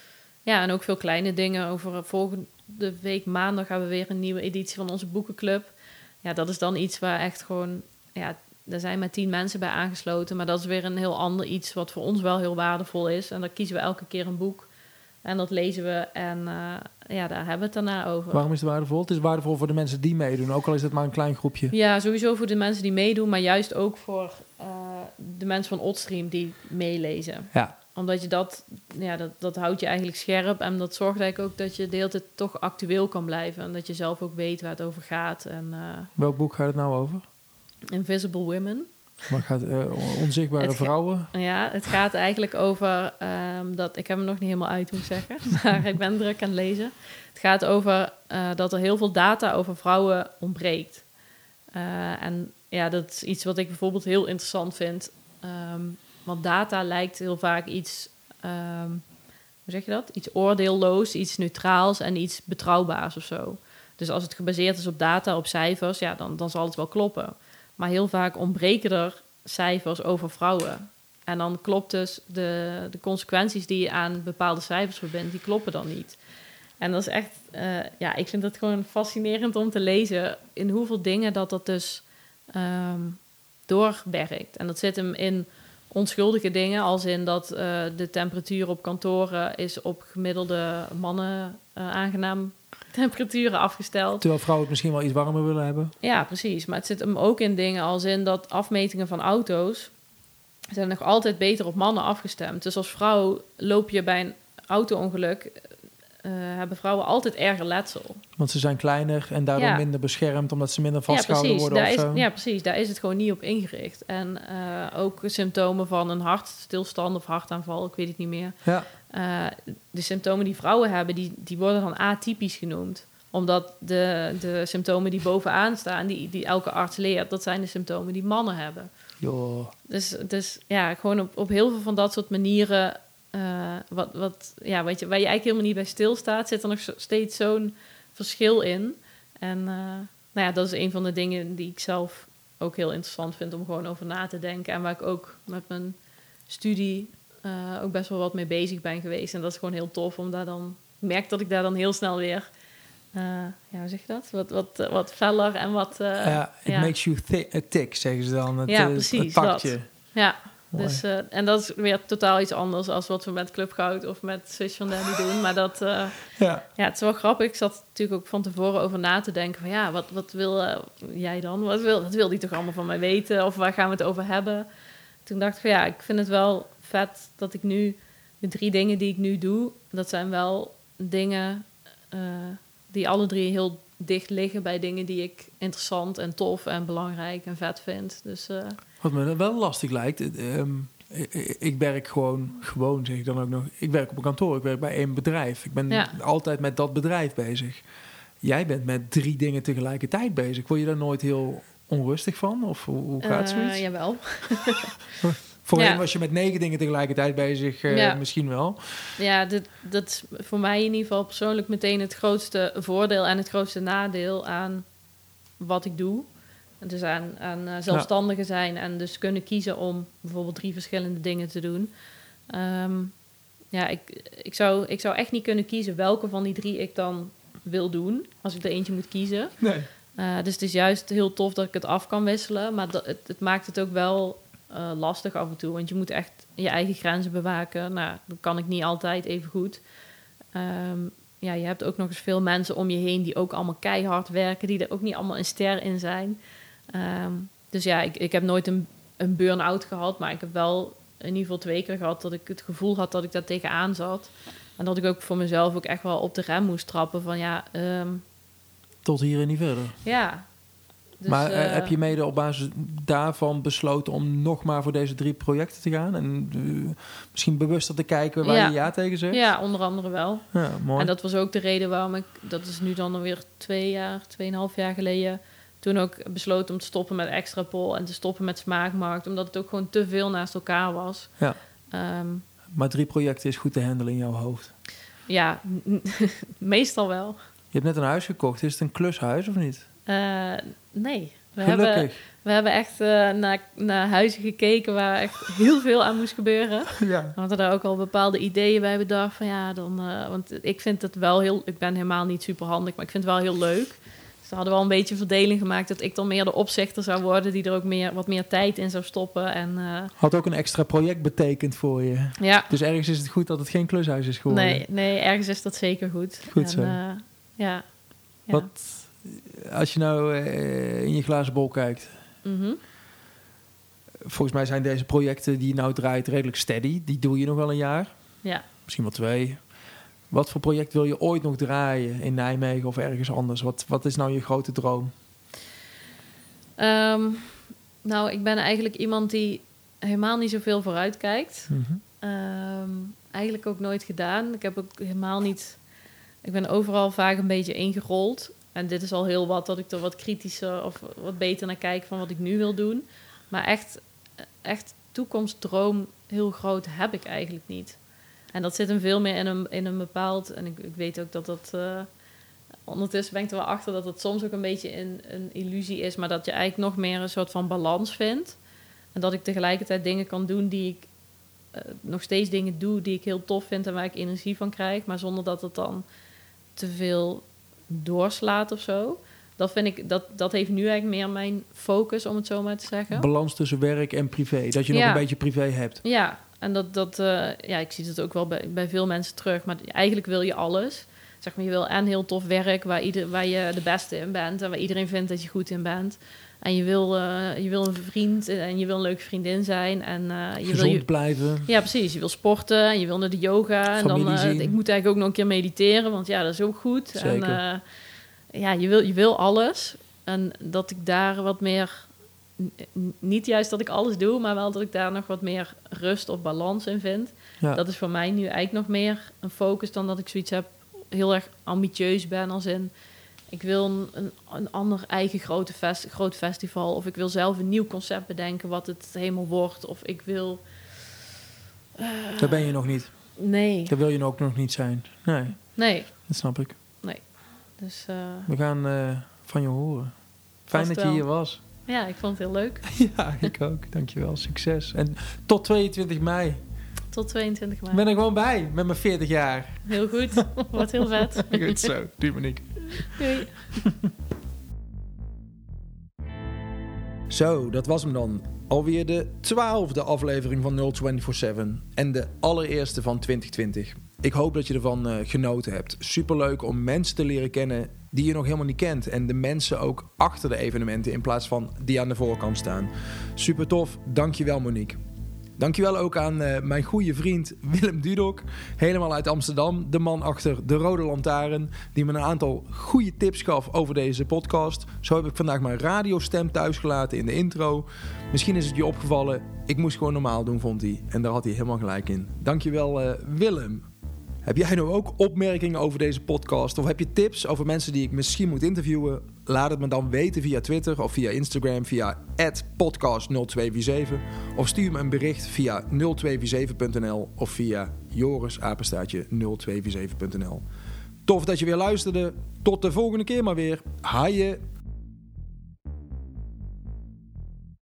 Ja, en ook veel kleine dingen. Over volgende week maandag gaan we weer een nieuwe editie van onze boekenclub. Ja, dat is dan iets waar echt gewoon... Ja, er zijn maar tien mensen bij aangesloten, maar dat is weer een heel ander iets wat voor ons wel heel waardevol is. En dan kiezen we elke keer een boek en dat lezen we en uh, ja, daar hebben we het daarna over. Waarom is het waardevol? Het is waardevol voor de mensen die meedoen, ook al is het maar een klein groepje. Ja, sowieso voor de mensen die meedoen, maar juist ook voor uh, de mensen van Oddstream die meelezen. Ja. Omdat je dat, ja, dat, dat houdt je eigenlijk scherp en dat zorgt eigenlijk ook dat je de hele tijd toch actueel kan blijven. En dat je zelf ook weet waar het over gaat. En, uh, welk boek gaat het nou over? Invisible Women. Maar gaat uh, onzichtbare het vrouwen? Ga, ja, het gaat eigenlijk over um, dat... Ik heb hem nog niet helemaal uit, moet ik zeggen. Maar ik ben druk aan het lezen. Het gaat over uh, dat er heel veel data over vrouwen ontbreekt. Uh, en ja, dat is iets wat ik bijvoorbeeld heel interessant vind. Um, want data lijkt heel vaak iets... Um, hoe zeg je dat? Iets oordeelloos, iets neutraals en iets betrouwbaars of zo. Dus als het gebaseerd is op data, op cijfers... ja, dan, dan zal het wel kloppen. Maar heel vaak ontbreken er cijfers over vrouwen. En dan klopt dus de, de consequenties die je aan bepaalde cijfers verbindt, die kloppen dan niet. En dat is echt, uh, ja, ik vind het gewoon fascinerend om te lezen in hoeveel dingen dat dat dus um, doorwerkt. En dat zit hem in onschuldige dingen, als in dat uh, de temperatuur op kantoren is op gemiddelde mannen uh, aangenaam temperaturen afgesteld. Terwijl vrouwen het misschien wel iets warmer willen hebben. Ja, precies. Maar het zit hem ook in dingen als in dat afmetingen van auto's zijn nog altijd beter op mannen afgestemd. Dus als vrouw loop je bij een auto-ongeluk, uh, hebben vrouwen altijd erger letsel. Want ze zijn kleiner en daardoor ja. minder beschermd, omdat ze minder vastgehouden ja, worden. Daar of is, zo. Ja, precies. Daar is het gewoon niet op ingericht. En uh, ook symptomen van een hartstilstand of hartaanval, ik weet het niet meer. Ja. Uh, de symptomen die vrouwen hebben, die, die worden dan atypisch genoemd. Omdat de, de symptomen die bovenaan staan, die, die elke arts leert, dat zijn de symptomen die mannen hebben. Joh. Dus, dus ja, gewoon op, op heel veel van dat soort manieren, uh, wat, wat, ja, weet je, waar je eigenlijk helemaal niet bij stilstaat, zit er nog zo, steeds zo'n verschil in. En uh, nou ja, dat is een van de dingen die ik zelf ook heel interessant vind om gewoon over na te denken. En waar ik ook met mijn studie uh, ook best wel wat mee bezig ben geweest. En dat is gewoon heel tof, om daar dan... Ik merk dat ik daar dan heel snel weer... Uh, ja, hoe zeg je dat? Wat, wat, uh, wat feller en wat... Uh, ja, it ja. makes you thi- a tick, zeggen ze dan. Het, ja, uh, precies, het taktje. dat. Ja, Mooi. dus, uh, en dat is weer totaal iets anders dan wat we met Club Goud of met Swiss van Danny doen. Maar dat... Uh, ja. ja, het is wel grappig. Ik zat natuurlijk ook van tevoren over na te denken van... ja, wat, wat wil uh, jij dan? Wat wil, wat wil die toch allemaal van mij weten? Of waar gaan we het over hebben? Toen dacht ik van ja, ik vind het wel vet dat ik nu... de drie dingen die ik nu doe, dat zijn wel dingen... Uh, die alle drie heel dicht liggen bij dingen die ik interessant en tof en belangrijk en vet vind. Dus, uh... Wat me wel lastig lijkt, um, ik, ik werk gewoon, gewoon zeg ik dan ook nog, ik werk op een kantoor, ik werk bij één bedrijf. Ik ben ja. altijd met dat bedrijf bezig. Jij bent met drie dingen tegelijkertijd bezig. Word je daar nooit heel onrustig van? Of hoe, hoe gaat zoiets? Uh, jawel. Voorheen ja. was je met negen dingen tegelijkertijd bezig, uh, ja. misschien wel. Ja, dit, dat is voor mij in ieder geval persoonlijk meteen het grootste voordeel en het grootste nadeel aan wat ik doe. Dus aan, aan uh, zelfstandigen zijn en dus kunnen kiezen om bijvoorbeeld drie verschillende dingen te doen. Um, ja, ik, ik, zou, ik zou echt niet kunnen kiezen welke van die drie ik dan wil doen, als ik er eentje moet kiezen. Nee. Uh, dus het is juist heel tof dat ik het af kan wisselen. Maar dat, het, het maakt het ook wel uh, lastig af en toe. Want je moet echt je eigen grenzen bewaken. Nou, dat kan ik niet altijd even goed. Um, ja, je hebt ook nog eens veel mensen om je heen die ook allemaal keihard werken. Die er ook niet allemaal een ster in zijn. Um, dus ja, ik, ik heb nooit een, een burn-out gehad. Maar ik heb wel in ieder geval twee keer gehad dat ik het gevoel had dat ik daar tegenaan zat. En dat ik ook voor mezelf ook echt wel op de rem moest trappen. Van ja... Um, Tot hier en niet verder. Ja. Dus, maar uh, uh, heb je mede op basis daarvan besloten om nog maar voor deze drie projecten te gaan? En uh, misschien bewuster te kijken waar ja. je ja tegen zegt? Ja, onder andere wel. Ja, mooi. En dat was ook de reden waarom ik... Dat is nu dan alweer twee jaar, tweeënhalf jaar geleden... Toen ook besloten om te stoppen met Extrapol en te stoppen met Smaakmarkt. Omdat het ook gewoon te veel naast elkaar was. Ja. Um, maar drie projecten is goed te handelen in jouw hoofd? Ja, meestal wel. Je hebt net een huis gekocht. Is het een klushuis of niet? Uh, nee. We Gelukkig. Hebben, we hebben echt uh, naar, naar huizen gekeken waar echt heel veel aan moest gebeuren. Ja. We hadden daar ook al bepaalde ideeën bij bedacht. Van ja, dan, uh, want ik vind het wel heel... Ik ben helemaal niet super handig, maar ik vind het wel heel leuk. Dus we hadden wel een beetje verdeling gemaakt dat ik dan meer de opzichter zou worden, die er ook meer, wat meer tijd in zou stoppen. En, uh, had ook een extra project betekend voor je. Ja. Dus ergens is het goed dat het geen klushuis is geworden. Nee, nee, ergens is dat zeker goed. Goed en, zo. Uh, ja. Ja. Wat, als je nou uh, in je glazen bol kijkt. Mm-hmm. Volgens mij zijn deze projecten die je nou draait redelijk steady. Die doe je nog wel een jaar. Ja. Misschien wel twee. Wat voor project wil je ooit nog draaien in Nijmegen of ergens anders? Wat, wat is nou je grote droom? Um, nou, ik ben eigenlijk iemand die helemaal niet zoveel vooruit kijkt. Mm-hmm. Um, eigenlijk ook nooit gedaan. Ik heb ook helemaal niet... Ik ben overal vaak een beetje ingerold. En dit is al heel wat dat ik er wat kritischer of wat beter naar kijk van wat ik nu wil doen. Maar echt, echt toekomstdroom heel groot heb ik eigenlijk niet. En dat zit hem veel meer in een, in een bepaald... En ik, ik weet ook dat dat... Uh, ondertussen ben ik er wel achter dat het soms ook een beetje in, een illusie is. Maar dat je eigenlijk nog meer een soort van balans vindt. En dat ik tegelijkertijd dingen kan doen die ik... Uh, nog steeds dingen doe die ik heel tof vind en waar ik energie van krijg. Maar zonder dat het dan te veel doorslaat of zo. Dat vind ik... Dat, dat heeft nu eigenlijk meer mijn focus, om het zo maar te zeggen. Balans tussen werk en privé. Dat je nog ja. een beetje privé hebt. Ja, en dat, dat uh, ja, ik zie het ook wel bij, bij veel mensen terug. Maar eigenlijk wil je alles. Zeg maar, je wil en heel tof werk waar, ieder, waar je de beste in bent. En waar iedereen vindt dat je goed in bent. En je wil, uh, je wil een vriend en je wil een leuke vriendin zijn. En, uh, je Gezond wil je, blijven. Ja, precies. Je wil sporten en je wil naar de yoga. Familie en dan, uh, zien. ik moet eigenlijk ook nog een keer mediteren. Want ja, dat is ook goed. Zeker. En, uh, ja, je wil, je wil alles. En dat ik daar wat meer... Niet juist dat ik alles doe, maar wel dat ik daar nog wat meer rust of balans in vind. Ja. Dat is voor mij nu eigenlijk nog meer een focus dan dat ik zoiets heb, heel erg ambitieus ben als in... Ik wil een, een, een ander eigen grote fest, groot festival. Of ik wil zelf een nieuw concept bedenken wat het helemaal wordt. Of ik wil... Uh, Daar ben je nog niet. Nee. Daar wil je ook nog niet zijn. Nee. Nee. Dat snap ik. Nee. Dus, uh, we gaan uh, van je horen. Fijn dat je wel. hier was. Ja, ik vond het heel leuk. Ja, ik ook. Dankjewel. Succes. En tot tweeëntwintig mei. Tot tweeëntwintig mei. Ik ben er gewoon bij met mijn veertig jaar. Heel goed. Wordt heel vet. Goed zo. Doei, Monique. Doei. Zo, dat was hem dan. Alweer de twaalfde aflevering van nul vierentwintig zeven en de allereerste van twintig twintig. Ik hoop dat je ervan uh, genoten hebt. Superleuk om mensen te leren kennen die je nog helemaal niet kent. En de mensen ook achter de evenementen in plaats van die aan de voorkant staan. Super tof. Dankjewel, Monique. Dankjewel ook aan uh, mijn goede vriend Willem Dudok. Helemaal uit Amsterdam. De man achter de Rode Lantaarn. Die me een aantal goede tips gaf over deze podcast. Zo heb ik vandaag mijn radiostem thuisgelaten in de intro. Misschien is het je opgevallen. Ik moest gewoon normaal doen, vond hij. En daar had hij helemaal gelijk in. Dankjewel, uh, Willem. Heb jij nou ook opmerkingen over deze podcast? Of heb je tips over mensen die ik misschien moet interviewen? Laat het me dan weten via Twitter of via Instagram via at podcast nul twee vier zeven. Of stuur me een bericht via nul twee vier zeven punt n l of via joris apenstaartje nul twee vier zeven punt n l. Tof dat je weer luisterde. Tot de volgende keer maar weer. Haaien.